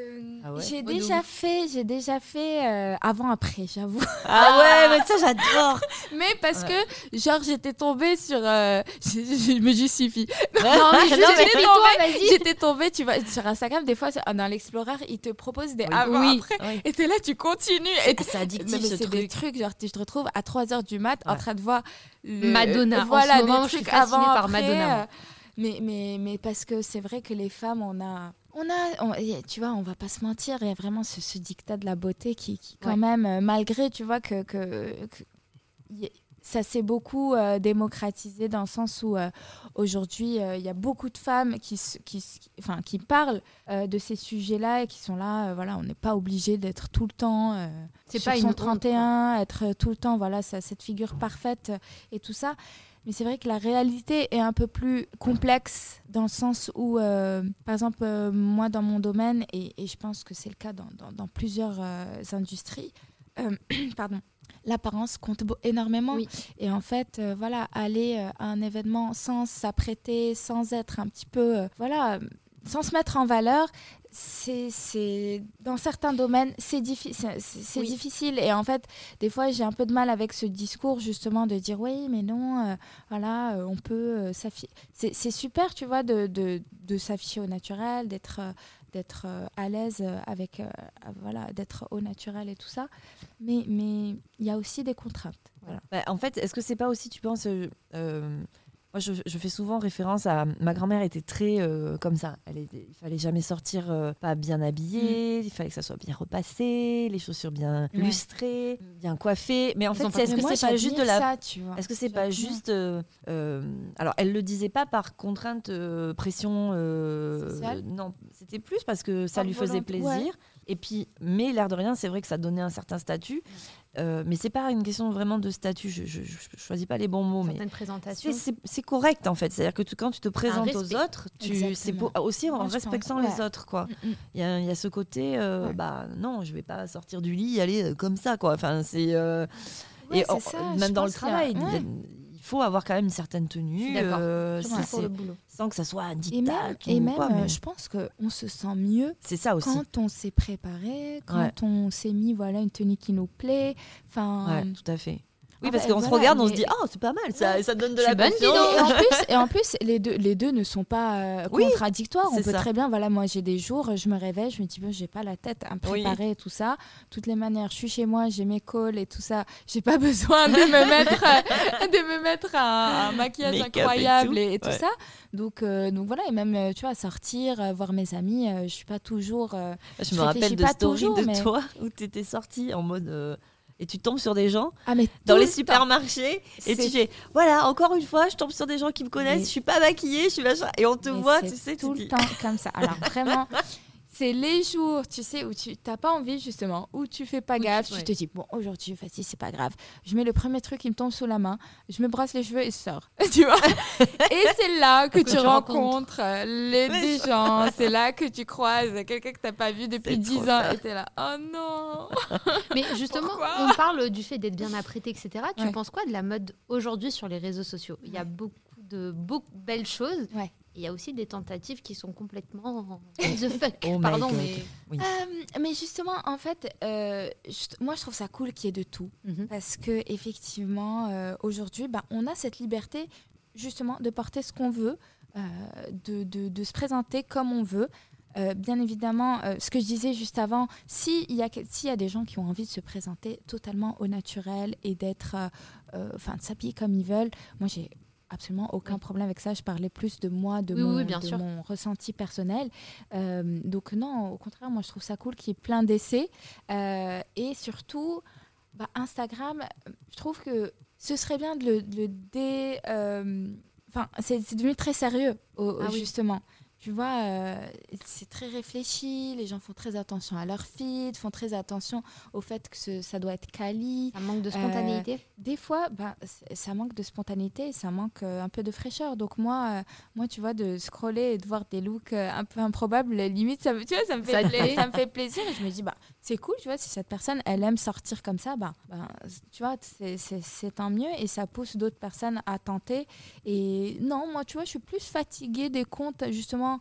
Ah ouais. J'ai Oh, déjà de fait, j'ai déjà fait euh, avant-après, j'avoue. Ah ouais, mais ça j'adore. Mais parce Ouais. que, genre, j'étais tombée sur... euh, je, je me justifie. Non, mais juste, Non, mais j'étais toi, tombée, vas-y. J'étais tombée, tu vois, sur Instagram, des fois, c'est- dans l'Explorer, ils te proposent des Oui. avant-après. Oui. Et t'es là, tu continues. Et C'est addictif non, mais ce c'est des truc. trucs, genre, tu te retrouves à trois heures du mat en Ouais. train de voir le, Madonna. En voilà, ce moment, des je suis trucs fascinée avant, par après, Madonna, moi. euh, Mais, mais, mais parce que c'est vrai que les femmes, on a. On a on- y a- tu vois, on va pas se mentir, il y a vraiment ce, ce dictat de la beauté qui, qui quand Ouais. même, euh, malgré, tu vois, que. que, que y- ça s'est beaucoup euh, démocratisé dans le sens où euh, aujourd'hui euh, il y a beaucoup de femmes qui, se- qui, se- enfin, qui parlent euh, de ces sujets-là et qui sont là. Euh, voilà, on n'est pas obligé d'être tout le temps euh, C'est sur pas une son honte, trente et un, être tout le temps, voilà, ça, cette figure parfaite euh, et tout ça. Mais c'est vrai que la réalité est un peu plus complexe dans le sens où, euh, par exemple, euh, moi dans mon domaine, et, et je pense que c'est le cas dans, dans, dans plusieurs euh, industries, euh, pardon, l'apparence compte beau- énormément. Oui. Et en fait, euh, voilà, aller euh, à un événement sans s'apprêter, sans être un petit peu, euh, voilà, sans se mettre en valeur, c'est, c'est dans certains domaines, c'est, diffi- c'est, c'est- c'est Oui. difficile. Et en fait, des fois, j'ai un peu de mal avec ce discours justement de dire oui, mais non, euh, voilà, euh, on peut euh, s'afficher. C'est, c'est super, tu vois, de, de, de s'afficher au naturel, d'être, euh, d'être euh, à l'aise euh, avec, euh, euh, voilà, d'être au naturel et tout ça. Mais mais il y a aussi des contraintes. Voilà. Bah, en fait, est-ce que c'est pas aussi, tu penses, euh, euh, moi je, je fais souvent référence à ma grand-mère était très euh, comme ça. Elle était, il fallait jamais sortir euh, pas bien habillée, il fallait que ça soit bien repassé, les chaussures bien Ouais. lustrées, bien coiffées. Mais en Ils fait, ont c'est- pas est-ce Mais que moi, c'est pas juste de j'admire la ça, tu vois. Est-ce que c'est pas J'admire. juste euh, euh, alors elle le disait pas par contrainte euh, pression euh, Sociale. non, c'était plus parce que ça Par lui faisait volonté, plaisir ouais. et puis mais l'air de rien, c'est vrai que ça donnait un certain statut. Euh, mais c'est pas une question vraiment de statut, je, je, je choisis pas les bons mots mais Certaines présentations. c'est, c'est, c'est correct en fait, c'est-à-dire que tu- quand tu te présentes aux respect. autres, tu, Exactement. c'est pour, aussi en Moi, je respectant pense, les ouais. autres quoi. Mm, mm. Il y a, il y a ce côté, euh, Ouais. bah non, je vais pas sortir du lit, aller euh, comme ça quoi. Enfin c'est euh, Ouais, et c'est en- ça, même je dans le pense qu'il y a- travail, il y a- ouais. il faut avoir quand même une certaine Je tenue, suis d'accord. euh, Surtout c'est- pour le c'est- boulot. sans que ça soit un Et dictat même, ou et même quoi, euh, mais je pense qu'on se sent mieux c'est ça aussi. quand on s'est préparé, quand Ouais. on s'est mis voilà, une tenue qui nous plaît. Enfin, Ouais, tout à fait. Oui, en parce fait, qu'on se voilà, regarde, on se mais- dit oh c'est pas mal, ça, ça donne de Je la suis bonne, dis confiance. Et en plus, et en plus les, deux, les deux ne sont pas euh, Oui, contradictoires. On c'est peut ça. très bien, voilà, moi j'ai des jours, je me réveille, je me dis, bon, j'ai pas la tête à me Oui. préparer et tout ça. Toutes les manières, je suis chez moi, j'ai mes calls et tout ça. J'ai pas besoin de me mettre, euh, de me mettre un, un maquillage Make-up et incroyable tout. et, et tout Ouais. ça. Donc, euh, donc voilà, et même, euh, tu vois, sortir, euh, voir mes amis, euh, je suis pas toujours. euh, Je Je me rappelle réfléchis de pas stories toujours, de mais- toi où tu étais sortie en mode euh, et tu tombes sur des gens Ah, mais dans tout les le temps. supermarchés et tu C'est- fais voilà encore une fois je tombe sur des gens qui me connaissent, Mais- je suis pas maquillée, je suis machin et on te Mais voit, c'est tu sais, tout tu le dis temps comme ça. Alors vraiment, c'est les jours, tu sais, où tu t'as pas envie justement, où tu fais pas Où tu- gaffe, tu, ouais. te dis bon aujourd'hui, vas-y, c'est pas grave. Je mets le premier truc qui me tombe sous la main, je me brasse les cheveux et je sors, tu vois. Et c'est là que, Que tu tu rencontres euh, les, Les des gens, c'est là que tu croises quelqu'un que t'as pas vu depuis C'est dix trop ans ça. et t'es là, oh non. Mais justement, Pourquoi on parle du fait d'être bien apprêté, et cetera. Tu Ouais. penses quoi de la mode aujourd'hui sur les réseaux sociaux? Il y a beaucoup de beaucoup de belles choses. Ouais. Et il y a aussi des tentatives qui sont complètement what the fuck. Oh my Pardon, God. mais Euh, mais justement, en fait, euh, je- moi je trouve ça cool qu'il y ait de tout. Mhm. Parce que effectivement, euh, aujourd'hui, bah, on a cette liberté justement de porter ce qu'on veut, euh, de, de- de se présenter comme on veut. Euh, bien évidemment, euh, ce que je disais juste avant, s'il y, a que- s'il y a des gens qui ont envie de se présenter totalement au naturel et d'être, euh, euh, enfin, de s'habiller comme ils veulent, moi j'ai absolument aucun Oui. problème avec ça. Je parlais plus de moi, de, Oui, mon, oui, bien de sûr. mon ressenti personnel. Euh, donc non, au contraire, moi je trouve ça cool qu'il y ait plein d'essais. Euh, et surtout, bah, Instagram, je trouve que ce serait bien de le, de le dé... euh, Enfin, c'est c'est devenu très sérieux, au- Ah oui. justement. Tu vois, euh, c'est très réfléchi, les gens font très attention à leur feed, font très attention au fait que ce- ça doit être quali. ça manque de spontanéité. Des fois, bah, c- ça manque de spontanéité, ça manque euh, un peu de fraîcheur. Donc moi, euh, moi, tu vois, de scroller et de voir des looks euh, un peu improbables, limite, ça, me- tu vois, ça, me fait Ça te pla- plaît. ça me fait plaisir. Et je me dis, bah, c'est cool, tu vois, si cette personne, elle aime sortir comme ça, bah, bah, tu vois, c'est- c'est c'est tant mieux. Et ça pousse d'autres personnes à tenter. Et non, moi, tu vois, je suis plus fatiguée des comptes, justement,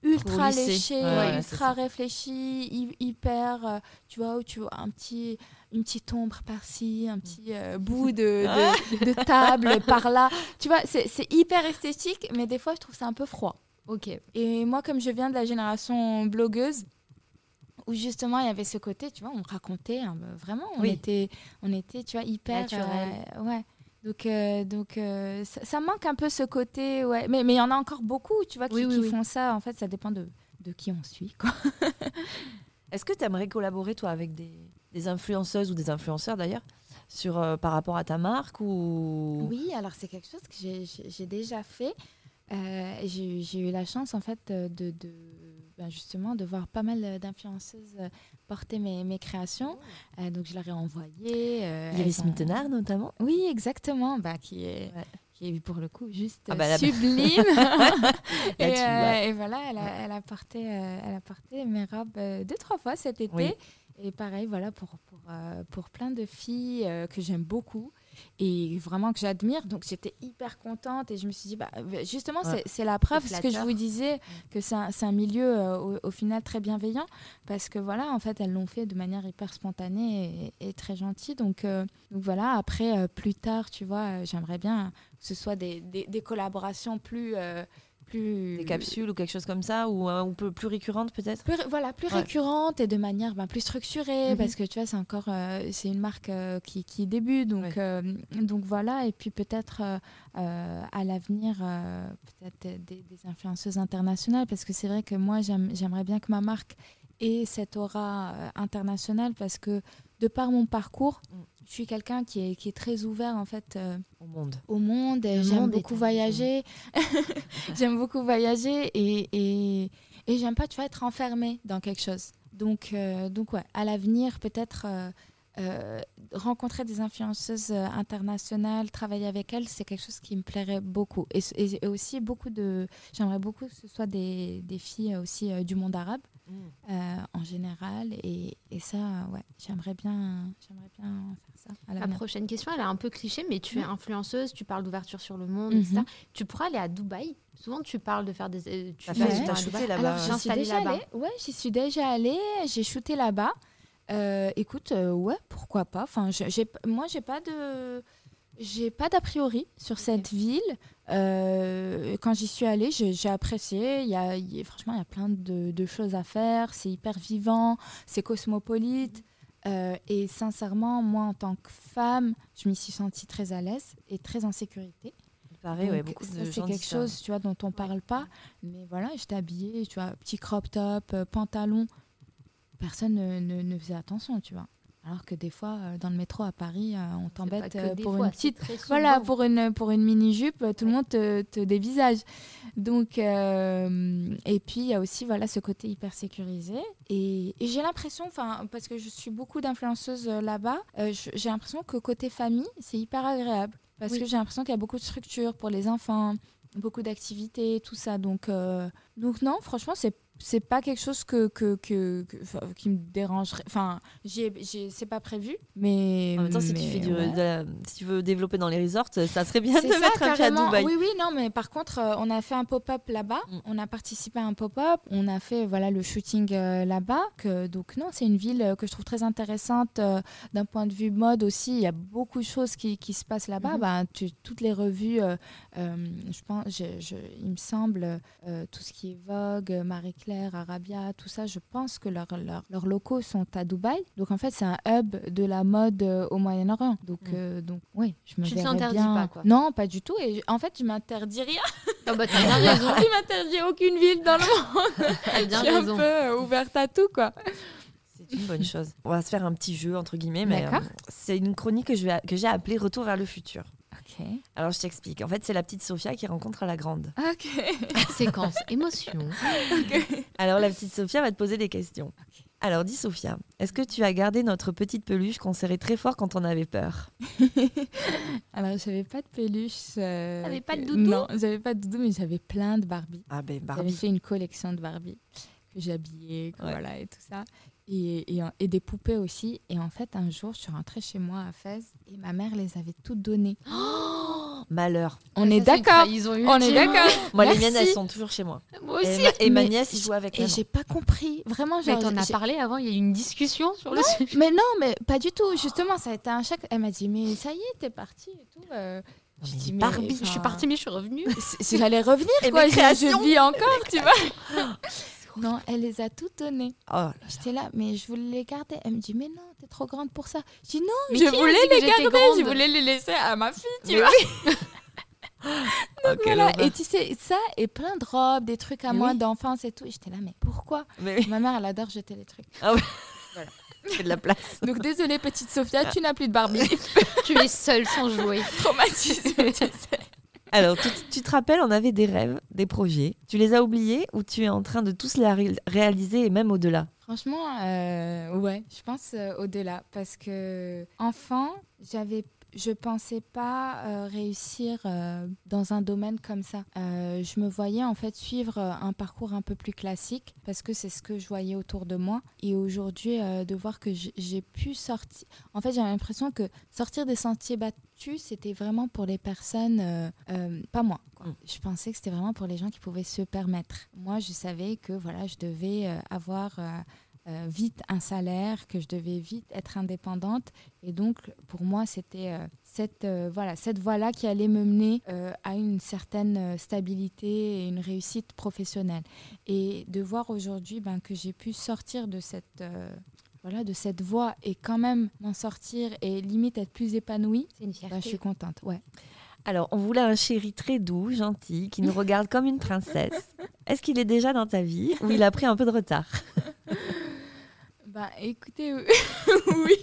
ultra lycée. léché, Ouais, ouais, ultra réfléchi, hy- hyper, euh, tu vois, où tu vois un petit, une petite ombre par-ci, un petit euh, bout de, de, de table par-là. Tu vois, c'est, c'est hyper esthétique, mais des fois, je trouve ça un peu froid. Ok. Et moi, comme je viens de la génération blogueuse, où justement il y avait ce côté, tu vois, on racontait hein, vraiment, on Oui. était, on était, tu vois, hyper Naturel. euh, ouais. Donc, euh, donc euh, ça, ça manque un peu ce côté, ouais. Mais mais il y en a encore beaucoup, tu vois, qui, Oui, oui, qui oui. font ça. En fait, ça dépend de, de qui on suit, quoi. Est-ce que tu aimerais collaborer, toi, avec des, des influenceuses ou des influenceurs, d'ailleurs, sur, euh, par rapport à ta marque ou... Oui, alors c'est quelque chose que j'ai, j'ai, j'ai déjà fait. Euh, j'ai, j'ai eu la chance, en fait, de, de ben justement, de voir pas mal d'influenceuses porter mes, mes créations. Euh, donc, je leur ai envoyé. Euh, Iris elles ont- Mittenard, notamment. Oui, exactement. Bah, qui est, Ouais. qui est pour le coup juste Ah bah, là- sublime. et, Là-dessus, euh, ouais. et voilà, elle a, elle a porté, euh, elle a porté mes robes euh, deux trois fois cet été. Oui. Et pareil, voilà pour pour euh, pour plein de filles euh, que j'aime beaucoup et vraiment que j'admire. Donc j'étais hyper contente et je me suis dit bah justement Ouais. c'est, c'est la preuve C'est ce que je flatteur. vous disais que c'est un, c'est un milieu euh, au, au final très bienveillant parce que voilà en fait elles l'ont fait de manière hyper spontanée et, et très gentille. Donc euh, donc voilà après euh, plus tard tu vois euh, j'aimerais bien que ce soit des des, des collaborations plus euh, plus Des capsules ou quelque chose comme ça, ou un ou peu plus récurrentes, peut-être. plus, ré- voilà, plus Ouais. récurrente et de manière ben, plus structurée Mhm. parce que tu vois c'est encore euh, c'est une marque euh, qui, qui débute donc Ouais. euh, donc voilà et puis peut-être euh, euh, à l'avenir euh, peut-être des, des influenceuses internationales parce que c'est vrai que moi j'aime, j'aimerais bien que ma marque ait cette aura euh, internationale parce que de par mon parcours Mm. je suis quelqu'un qui est, qui est très ouvert en fait euh, Au monde. au monde. et Le J'aime monde est beaucoup un voyager. J'aime beaucoup voyager et, et, et j'aime pas, tu vois, être enfermée dans quelque chose. Donc, euh, donc ouais, à l'avenir, peut-être euh, euh, rencontrer des influenceuses euh, internationales, travailler avec elles, c'est quelque chose qui me plairait beaucoup. Et, et- et aussi, beaucoup de, j'aimerais beaucoup que ce soit des, des filles aussi euh, du monde arabe. Euh, en général et, et ça ouais j'aimerais bien j'aimerais bien faire ça à La l'avenir. prochaine question, elle est un peu cliché, mais tu es influenceuse, tu parles d'ouverture sur le monde, Mhm. et cetera. Tu pourras aller à Dubaï. Souvent, tu parles de faire des. euh, Tu T'as fais fait- des- t'as à shooté Dubaï. là-bas. Alors, j'y suis S'installer déjà là-bas. allée. Ouais, j'y suis déjà allée. J'ai shooté là-bas. Euh, écoute, euh, ouais, pourquoi pas. Enfin, je- j'ai, moi, j'ai pas de, j'ai pas d'a priori sur cette ville. Euh, quand j'y suis allée, j'ai, j'ai apprécié. Il y a, il y a- franchement, il y a plein de, de choses à faire. C'est hyper vivant, c'est cosmopolite. Euh, et sincèrement, moi, en tant que femme, je m'y suis sentie très à l'aise et très en sécurité. Il paraît, ouais, Donc, beaucoup ça, de c'est gens quelque disent ça. chose, tu vois, dont on parle pas. Mais voilà, j'étais habillée, tu vois, petit crop top, euh, pantalon. Personne ne, ne, ne faisait attention, tu vois. Alors que des fois, euh, dans le métro à Paris, euh, on C'est pas t'embête que euh, des pour fois, une c'est petite, très voilà, souvent. pour une pour une mini jupe, tout le monde te, te dévisage. Donc, euh, et puis il y a aussi voilà ce côté hyper sécurisé. Et, et j'ai l'impression, enfin, parce que je suis beaucoup d'influenceuses euh, là-bas, euh, je- j'ai l'impression que côté famille, c'est hyper agréable parce Oui. que j'ai l'impression qu'il y a beaucoup de structures pour les enfants, beaucoup d'activités, tout ça. Donc, euh, donc non, franchement, c'est c'est pas quelque chose que, que, que, que- enfin, qui me dérangerait. Enfin, j'ai, j'ai, c'est pas prévu, mais. En même temps, si tu, mais fais du, ouais. de la- si tu veux développer dans les resorts, ça serait bien C'est de ça, mettre un pied à carrément. Dubaï. Oui, oui, non, mais par contre, euh, on a fait un pop-up là-bas. Mm. On a participé à un pop-up. On a fait voilà, le shooting euh, là-bas. Que, donc, non, c'est une ville euh, que je trouve très intéressante euh, d'un point de vue mode aussi. Il y a beaucoup de choses qui, qui se passent là-bas. Mhm. Bah, tu- toutes les revues, euh, euh, je pense, je- je- il me semble, euh, tout ce qui est Vogue, Marie-Claire, Arabia, tout ça, je pense que leurs leurs- leurs locaux sont à Dubaï. Donc, en fait, c'est un hub de la mode euh, au Moyen-Orient. Donc, Mm. euh, donc oui, je me Tu te verrais l'interdis bien. pas, quoi. Non, pas du tout. Et je- en fait, je m'interdis rien. Ah bah, t'as bien raison. Je m'interdis aucune ville dans le monde. T'as bien Je suis un raison. peu euh, ouverte à tout, quoi. C'est une bonne chose. On va se faire un petit jeu, entre guillemets, mais D'accord. euh, c'est une chronique que, je vais, que j'ai appelée Retour vers le futur. Ok. Alors, je t'explique. En fait, c'est la petite Sophia qui rencontre la grande. Ok. Séquence émotion. Alors, la petite Sophia va te poser des questions. Alors, dis Sophia, est-ce que tu as gardé notre petite peluche qu'on serrait très fort quand on avait peur? Alors, j'avais pas de peluche. euh, T'avais pas de que- doudou? Non, j'avais pas de doudou, mais j'avais plein de Barbie. Ah ben, J'avais Barbie. fait une collection de Barbie que j'habillais, que Ouais. voilà, et tout ça. Et, et, et des poupées aussi. Et en fait, un jour, je suis rentrée chez moi à Fès et ma mère les avait toutes données. Malheur. On Ça, est c'est une trahison. trahison On est ultime. d'accord. Moi, les Merci. miennes, elles sont toujours chez moi. Moi Et aussi. ma, et ma Mais nièce, il joue avec Et maman. j'ai pas compris. Vraiment, Mais genre. t'en as j'ai- parlé avant, il y a eu une discussion sur le sujet. Mais non, mais pas du tout. Justement, ça a été un choc. Elle m'a dit, mais ça y est, t'es partie et tout. Euh, Non, j'ai mais dit, mais, Barbie, Je suis enfin, partie, mais je suis revenue. c'est- c'est- J'allais revenir, Et quoi. mes Je, créations. je vis encore, tu vois. Non, elle les a toutes données. Oh là là. J'étais là, mais je voulais les garder. Elle me dit, mais non, t'es trop grande pour ça. Je dis, non, Mais je qui a voulais dit que les j'étais garder. grande Je voulais les laisser à ma fille, tu Mais vois. oui. Oh, quelle Voilà. horreur. Et tu sais, ça et plein de robes, des trucs à Mais moi oui. d'enfance et tout. Et j'étais là, mais pourquoi Mais oui, Ma mère, elle adore jeter les trucs. c'est de la place. Donc désolée, petite Sophia, tu n'as plus de Barbie. Tu es seule sans jouer. Traumatisme, tu sais. Alors, tu, tu te rappelles, on avait des rêves, des projets. Tu les as oubliés ou tu es en train de tous les ré- réaliser et même au-delà? Franchement, euh, ouais, je pense euh, au-delà. Parce que enfant, j'avais, je pensais pas euh, réussir euh, dans un domaine comme ça. Euh, je me voyais en fait suivre euh, un parcours un peu plus classique parce que c'est ce que je voyais autour de moi. Et aujourd'hui, euh, de voir que j'ai, j'ai pu sortir. En fait, j'avais l'impression que sortir des sentiers battus, c'était vraiment pour les personnes, euh, euh, pas moi, quoi. Mm. Je pensais que c'était vraiment pour les gens qui pouvaient se permettre. Moi, je savais que voilà, je devais euh, avoir euh, euh, vite un salaire, que je devais vite être indépendante. Et donc, pour moi, c'était euh, cette, euh, voilà, cette voie-là qui allait me mener euh, à une certaine euh, stabilité et une réussite professionnelle. Et de voir aujourd'hui ben, que j'ai pu sortir de cette... euh, voilà, de cette voie et quand même m'en sortir et limite être plus épanouie, C'est une ben, je fierté. suis contente. Ouais. Alors, on voulait un chéri très doux, gentil, qui nous regarde comme une princesse. Est-ce qu'il est déjà dans ta vie ou il a pris un peu de retard? Bah écoutez, oui. oui.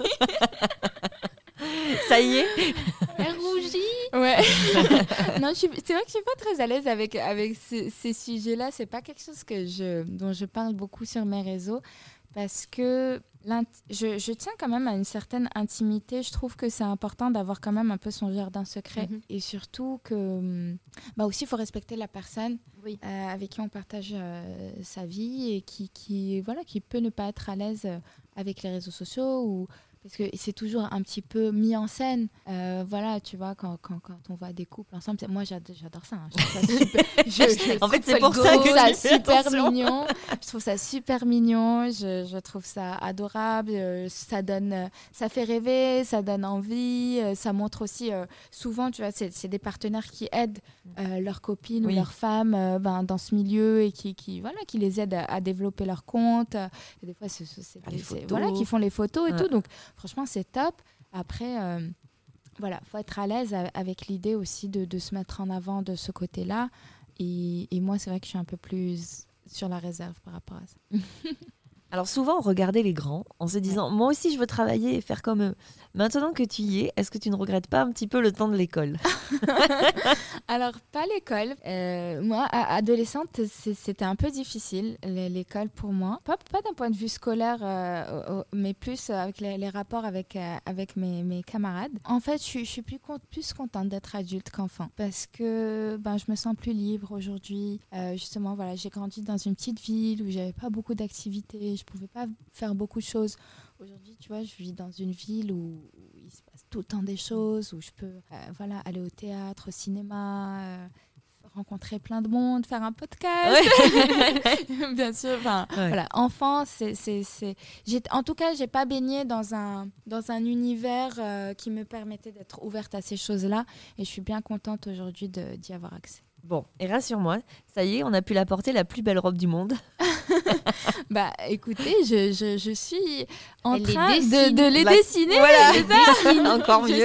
Ça y est? Elle rougit. Ouais. non, je suis- c'est vrai que je suis pas très à l'aise avec, avec ce- ces sujets-là. C'est pas quelque chose que je, dont je parle beaucoup sur mes réseaux parce que l'int- je, je tiens quand même à une certaine intimité. Je trouve que c'est important d'avoir quand même un peu son jardin secret Mhm. et surtout que, hum, bah aussi, il faut respecter la personne Oui. euh, avec qui on partage euh, sa vie et qui, qui, voilà, qui peut ne pas être à l'aise euh, avec les réseaux sociaux ou parce que c'est toujours un petit peu mis en scène. Euh, voilà, tu vois, quand, quand, quand on voit des couples ensemble, c'est- moi j'adore, j'adore ça. hein. Je trouve ça super. je- je En fait, c'est trouve pour ça que ça tu fais super attention. mignon. Je trouve ça super mignon. Je, je trouve ça adorable. Euh, Ça donne, euh, ça fait rêver, ça donne envie. euh, Ça montre aussi, euh, souvent, tu vois, c'est c'est des partenaires qui aident euh, leurs copines Oui. ou leurs femmes euh, ben, dans ce milieu et qui, qui, voilà, qui les aident à, à développer leur compte. Et des fois, c'est, c'est- c'est- Ah, les c'est- photos. voilà, qui font les photos et Ouais. tout. Donc, franchement, c'est top. Après, euh, voilà, faut être à l'aise a- avec l'idée aussi de, de se mettre en avant de ce côté-là. Et, et moi, c'est vrai que je suis un peu plus sur la réserve par rapport à ça. Alors souvent, on regardait les grands en se disant « Moi aussi, je veux travailler et faire comme eux ». Maintenant que tu y es, est-ce que tu ne regrettes pas un petit peu le temps de l'école? Alors, pas l'école. Euh, moi, a- adolescente, c'est- c'était un peu difficile, l- l'école pour moi. Pas, pas d'un point de vue scolaire, euh, au- au- mais plus avec les, les rapports avec, euh, avec mes, mes camarades. En fait, je, suis- je suis plus, con- plus contente d'être adulte qu'enfant parce que ben, je me sens plus libre aujourd'hui. Euh, justement, voilà, j'ai grandi dans une petite ville où j'avais pas beaucoup d'activités, je pouvais pas faire beaucoup de choses. Aujourd'hui, tu vois, je vis dans une ville où, où il se passe tout le temps des choses, où je peux euh, voilà, aller au théâtre, au cinéma, euh, rencontrer plein de monde, faire un podcast. Bien sûr. Enfin, Ouais. voilà, enfant, c'est, c'est, c'est... J'ai, en tout cas, j'ai pas baigné dans un, dans un univers euh, qui me permettait d'être ouverte à ces choses-là. Et je suis bien contente aujourd'hui de, d'y avoir accès. Bon, et rassure-moi, ça y est, on a pu la porter la plus belle robe du monde. Bah, écoutez, je, je, je suis en Elle les train de, dessine. de les Bah, dessiner. Voilà, encore mieux.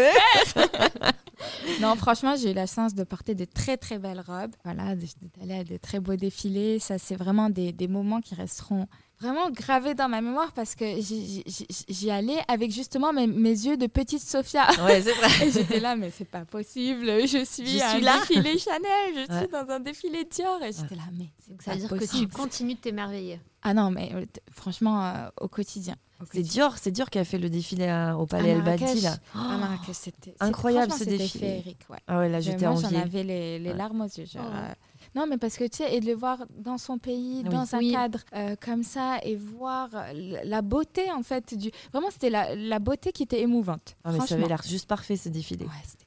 Non, franchement, j'ai eu la chance de porter de très très belles robes. Voilà, de- d'aller à de très beaux défilés. Ça, c'est vraiment des, des moments qui resteront vraiment gravés dans ma mémoire parce que j'y, j'y- j'y allais avec justement mes, mes yeux de petite Sophia. Ouais, c'est vrai. Et j'étais là, mais c'est pas possible. Je suis Je à suis un là. défilé Chanel, je Ouais. suis dans un défilé Dior. Et j'étais là, mais c'est Donc ça veut pas dire que tu possible. continues de t'émerveiller. Ah non, mais euh, t- franchement, euh, au quotidien. Au C'est quotidien. Dior, c'est Dior qui a fait le défilé à- au Palais À El Badi, Marrakech. là. À Marrakech, c'était c'était- Incroyable, franchement, ce c'était défilé. féerique, ouais. Ah ouais, là, Je- j'étais moi, enviée. j'en avais les, les Ouais. larmes aux yeux. genre, Oh. euh, Non, mais parce que tu sais, et de le voir dans son pays, Oui. dans un Oui. cadre euh, comme ça, et voir euh, la beauté, en fait, du. Vraiment, c'était la, la beauté qui était émouvante. Ah, mais ça franchement. avait l'air juste parfait, ce défilé. Ouais, c'était hyper beau.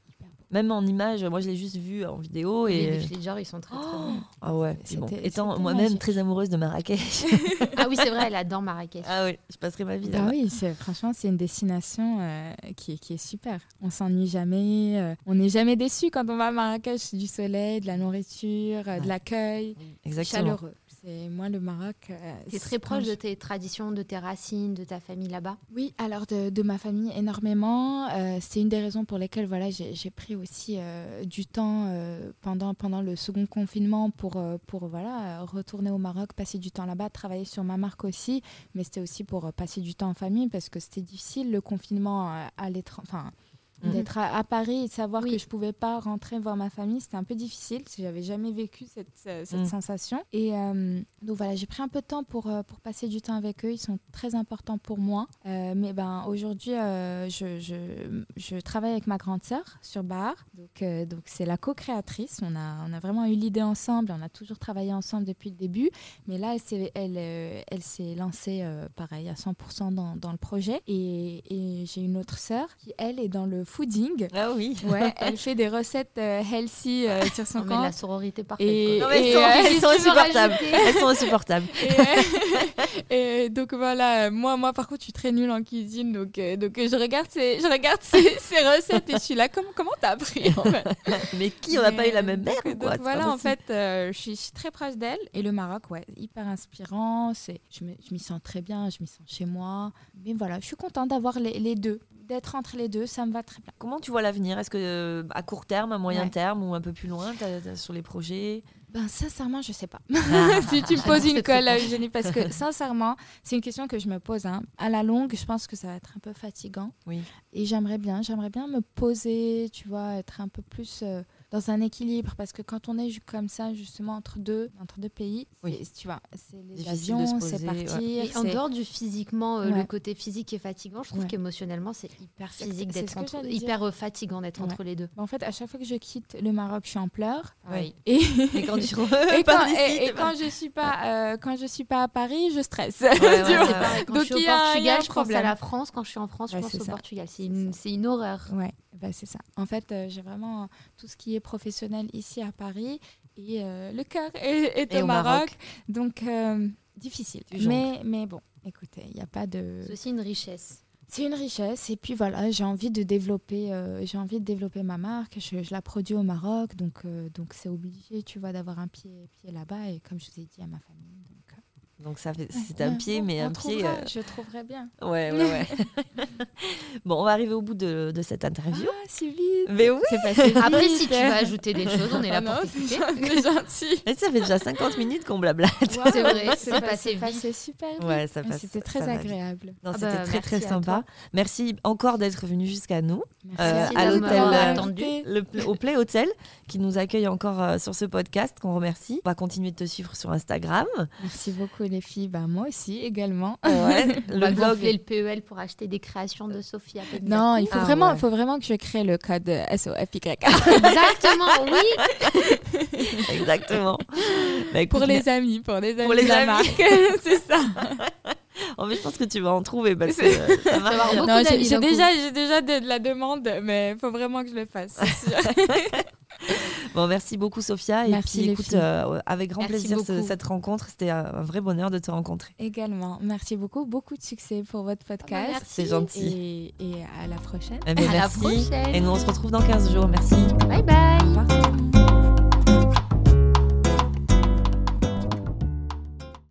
Même en image, moi je l'ai juste vu en vidéo. Et... Les défilés de genre, ils sont très très bons. Ah ouais, C'était- bon. c'était Étant moi-même magique. très amoureuse de Marrakech. Ah oui, c'est vrai, elle adore Marrakech. Ah oui, je passerai ma vie Bah là-bas. oui, c'est, franchement, c'est une destination euh, qui, est- qui est super. On s'ennuie jamais. euh, on n'est jamais déçu quand on va à Marrakech. Du soleil, de la nourriture, euh, Ouais. de l'accueil. C'est Exactement. chaleureux. C'est, moi, le Maroc. euh, T'es c'est- très proche quand de je- tes traditions, de tes racines, de ta famille là-bas. Oui, alors de, de ma famille énormément. Euh, c'est une des raisons pour lesquelles voilà, j'ai, j'ai pris aussi euh, du temps euh, pendant, pendant le second confinement pour, euh, pour voilà, euh, retourner au Maroc, passer du temps là-bas, travailler sur ma marque aussi. Mais c'était aussi pour euh, passer du temps en famille parce que c'était difficile le confinement euh, à l'étranger. Enfin, Mhm. d'être à, à Paris et de savoir Oui. que je pouvais pas rentrer voir ma famille, c'était un peu difficile parce que j'avais jamais vécu cette, euh, cette Mhm. sensation. Et euh, donc voilà, j'ai pris un peu de temps pour, euh, pour passer du temps avec eux. Ils sont très importants pour moi. Euh, mais ben, aujourd'hui, euh, je, je, je travaille avec ma grande sœur sur Bahar. Donc, euh, donc c'est la co-créatrice. On a, on a vraiment eu l'idée ensemble. On a toujours travaillé ensemble depuis le début. Mais là, elle s'est, elle, euh, elle s'est lancée, euh, pareil, à cent pour cent dans, dans le projet. Et, et j'ai une autre sœur qui, elle, est dans le fooding. Ah oui. Ouais, elle fait des recettes euh, healthy euh, sur son On met de la compte. sororité parfaite. Et- Non, mais elles et, sont, euh, elles qu'est-ce sont que tu veux insupportables. rajouter Elles sont insupportables. Et, et donc voilà, moi, moi par contre, je suis très nulle en cuisine, donc, euh, donc je regarde ces, je regarde ces, ces recettes et je suis là, comment, comment t'as appris en fait Mais qui, on n'a pas eu la même mère donc, ou quoi? donc C'est voilà, pas en possible. fait, euh, je, suis, je suis très proche d'elle. Et le Maroc, ouais, hyper inspirant. C'est, je, me- je m'y sens très bien, je m'y sens chez moi. Mais voilà, je suis contente d'avoir les, les deux, d'être entre les deux, ça me va très bien. Comment tu vois l'avenir? Est-ce que euh, à court terme, à moyen Ouais. terme ou un peu plus loin, t'as- t'as sur les projets? Ben sincèrement, je sais pas. Ah. Si tu me poses C'est une très colle, Eugénie, parce que sincèrement, c'est une question que je me pose. Hein. À la longue, je pense que ça va être un peu fatigant. Oui. Et j'aimerais bien, j'aimerais bien me poser, tu vois, être un peu plus euh, dans un équilibre, parce que quand on est ju- comme ça, justement, entre deux, entre deux pays, Oui. c'est, tu vois, c'est les Difficile de se avions, poser, c'est ouais. partir. Et en c'est- dehors du physiquement, euh, Ouais. le côté physique est fatigant, je trouve Ouais. qu'émotionnellement, c'est hyper C'est- physique c'est d'être ce que entre, j'allais dire. hyper euh, fatigant d'être Ouais. entre les deux. En fait, à chaque fois que je quitte le Maroc, je suis en pleurs. Oui. Et, Et quand tu et repars quand, d'ici, et- et t'es pas- quand je suis pas, euh, quand je suis pas à Paris, je stresse. Ouais, Tu ouais, vois. C'est ouais. pareil, quand Donc, je suis au il y a un- il y a Portugal, un je pense à problème. la France. Quand je suis en France, je Ouais, pense c'est au ça. Portugal. C'est C'est une, ça. c'est une horreur. Ouais, bah c'est ça. En fait, euh, j'ai vraiment tout ce qui est professionnel ici à Paris et euh, le cœur est, est Et au au Maroc. Maroc. Donc, euh, difficile. Tu jongles. Mais, mais bon, écoutez, il n'y a pas de... C'est aussi une richesse. C'est une richesse. Et puis voilà, j'ai envie de développer, euh, j'ai envie de développer ma marque. Je, je la produis au Maroc. Donc, euh, donc c'est obligé, tu vois, d'avoir un pied, pied là-bas. Et comme je vous ai dit à ma famille. Donc, euh, Donc ça fait, c'est ouais, un ouais, pied, bon, mais on un pied. trouvera, euh, Je trouverai bien. Ouais, ouais, ouais. Bon, on va arriver au bout de, de cette interview. Ah, si vite. Mais oui. C'est passé vite. Après, si tu veux ajouter des choses, on est là Ah non, pour t'écouter. c'est gentil. Et ça fait déjà cinquante minutes qu'on blablate. C'est vrai, c'est c'est passé, passé vite. passé super vite. Ouais, ça Mais passe. C'était très ça va vite. agréable. Non, Ah c'était bah, très très merci à sympa. toi. Merci encore d'être venu jusqu'à nous, Merci Euh, Merci à de l'hôtel, m'avoir euh, attendu. le, au Play Hotel, qui nous accueille encore euh, sur ce podcast, qu'on remercie. On va continuer de te suivre sur Instagram. Merci beaucoup les filles. Bah, moi aussi également. Ouais, On va le blog. gonfler le P E L pour acheter des créations de Sophia. Non, il faut, Ah vraiment, ouais. il faut vraiment que je crée le code S O F Y Exactement, oui. Exactement. Bah, écoute, pour les amis, pour les amis Pour les de la amis. marque. C'est ça. en fait, je pense que tu vas en trouver parce que C'est- euh, ça marche avoir bien. beaucoup Non, j'ai d'amis j'ai d'un coup. déjà, j'ai déjà de, de la demande, mais il faut vraiment que je le fasse. c'est sûr. Bon, merci beaucoup, Sophia. Et Merci, puis, les écoute, filles. euh, avec grand Merci plaisir, ce- beaucoup. cette rencontre. C'était un, un vrai bonheur de te rencontrer. Également. Merci beaucoup. Beaucoup de succès pour votre podcast. merci. C'est gentil. Et, et à la prochaine. Eh bien, À la merci. prochaine. Et nous, on se retrouve dans quinze jours. Merci. Bye bye. Au revoir.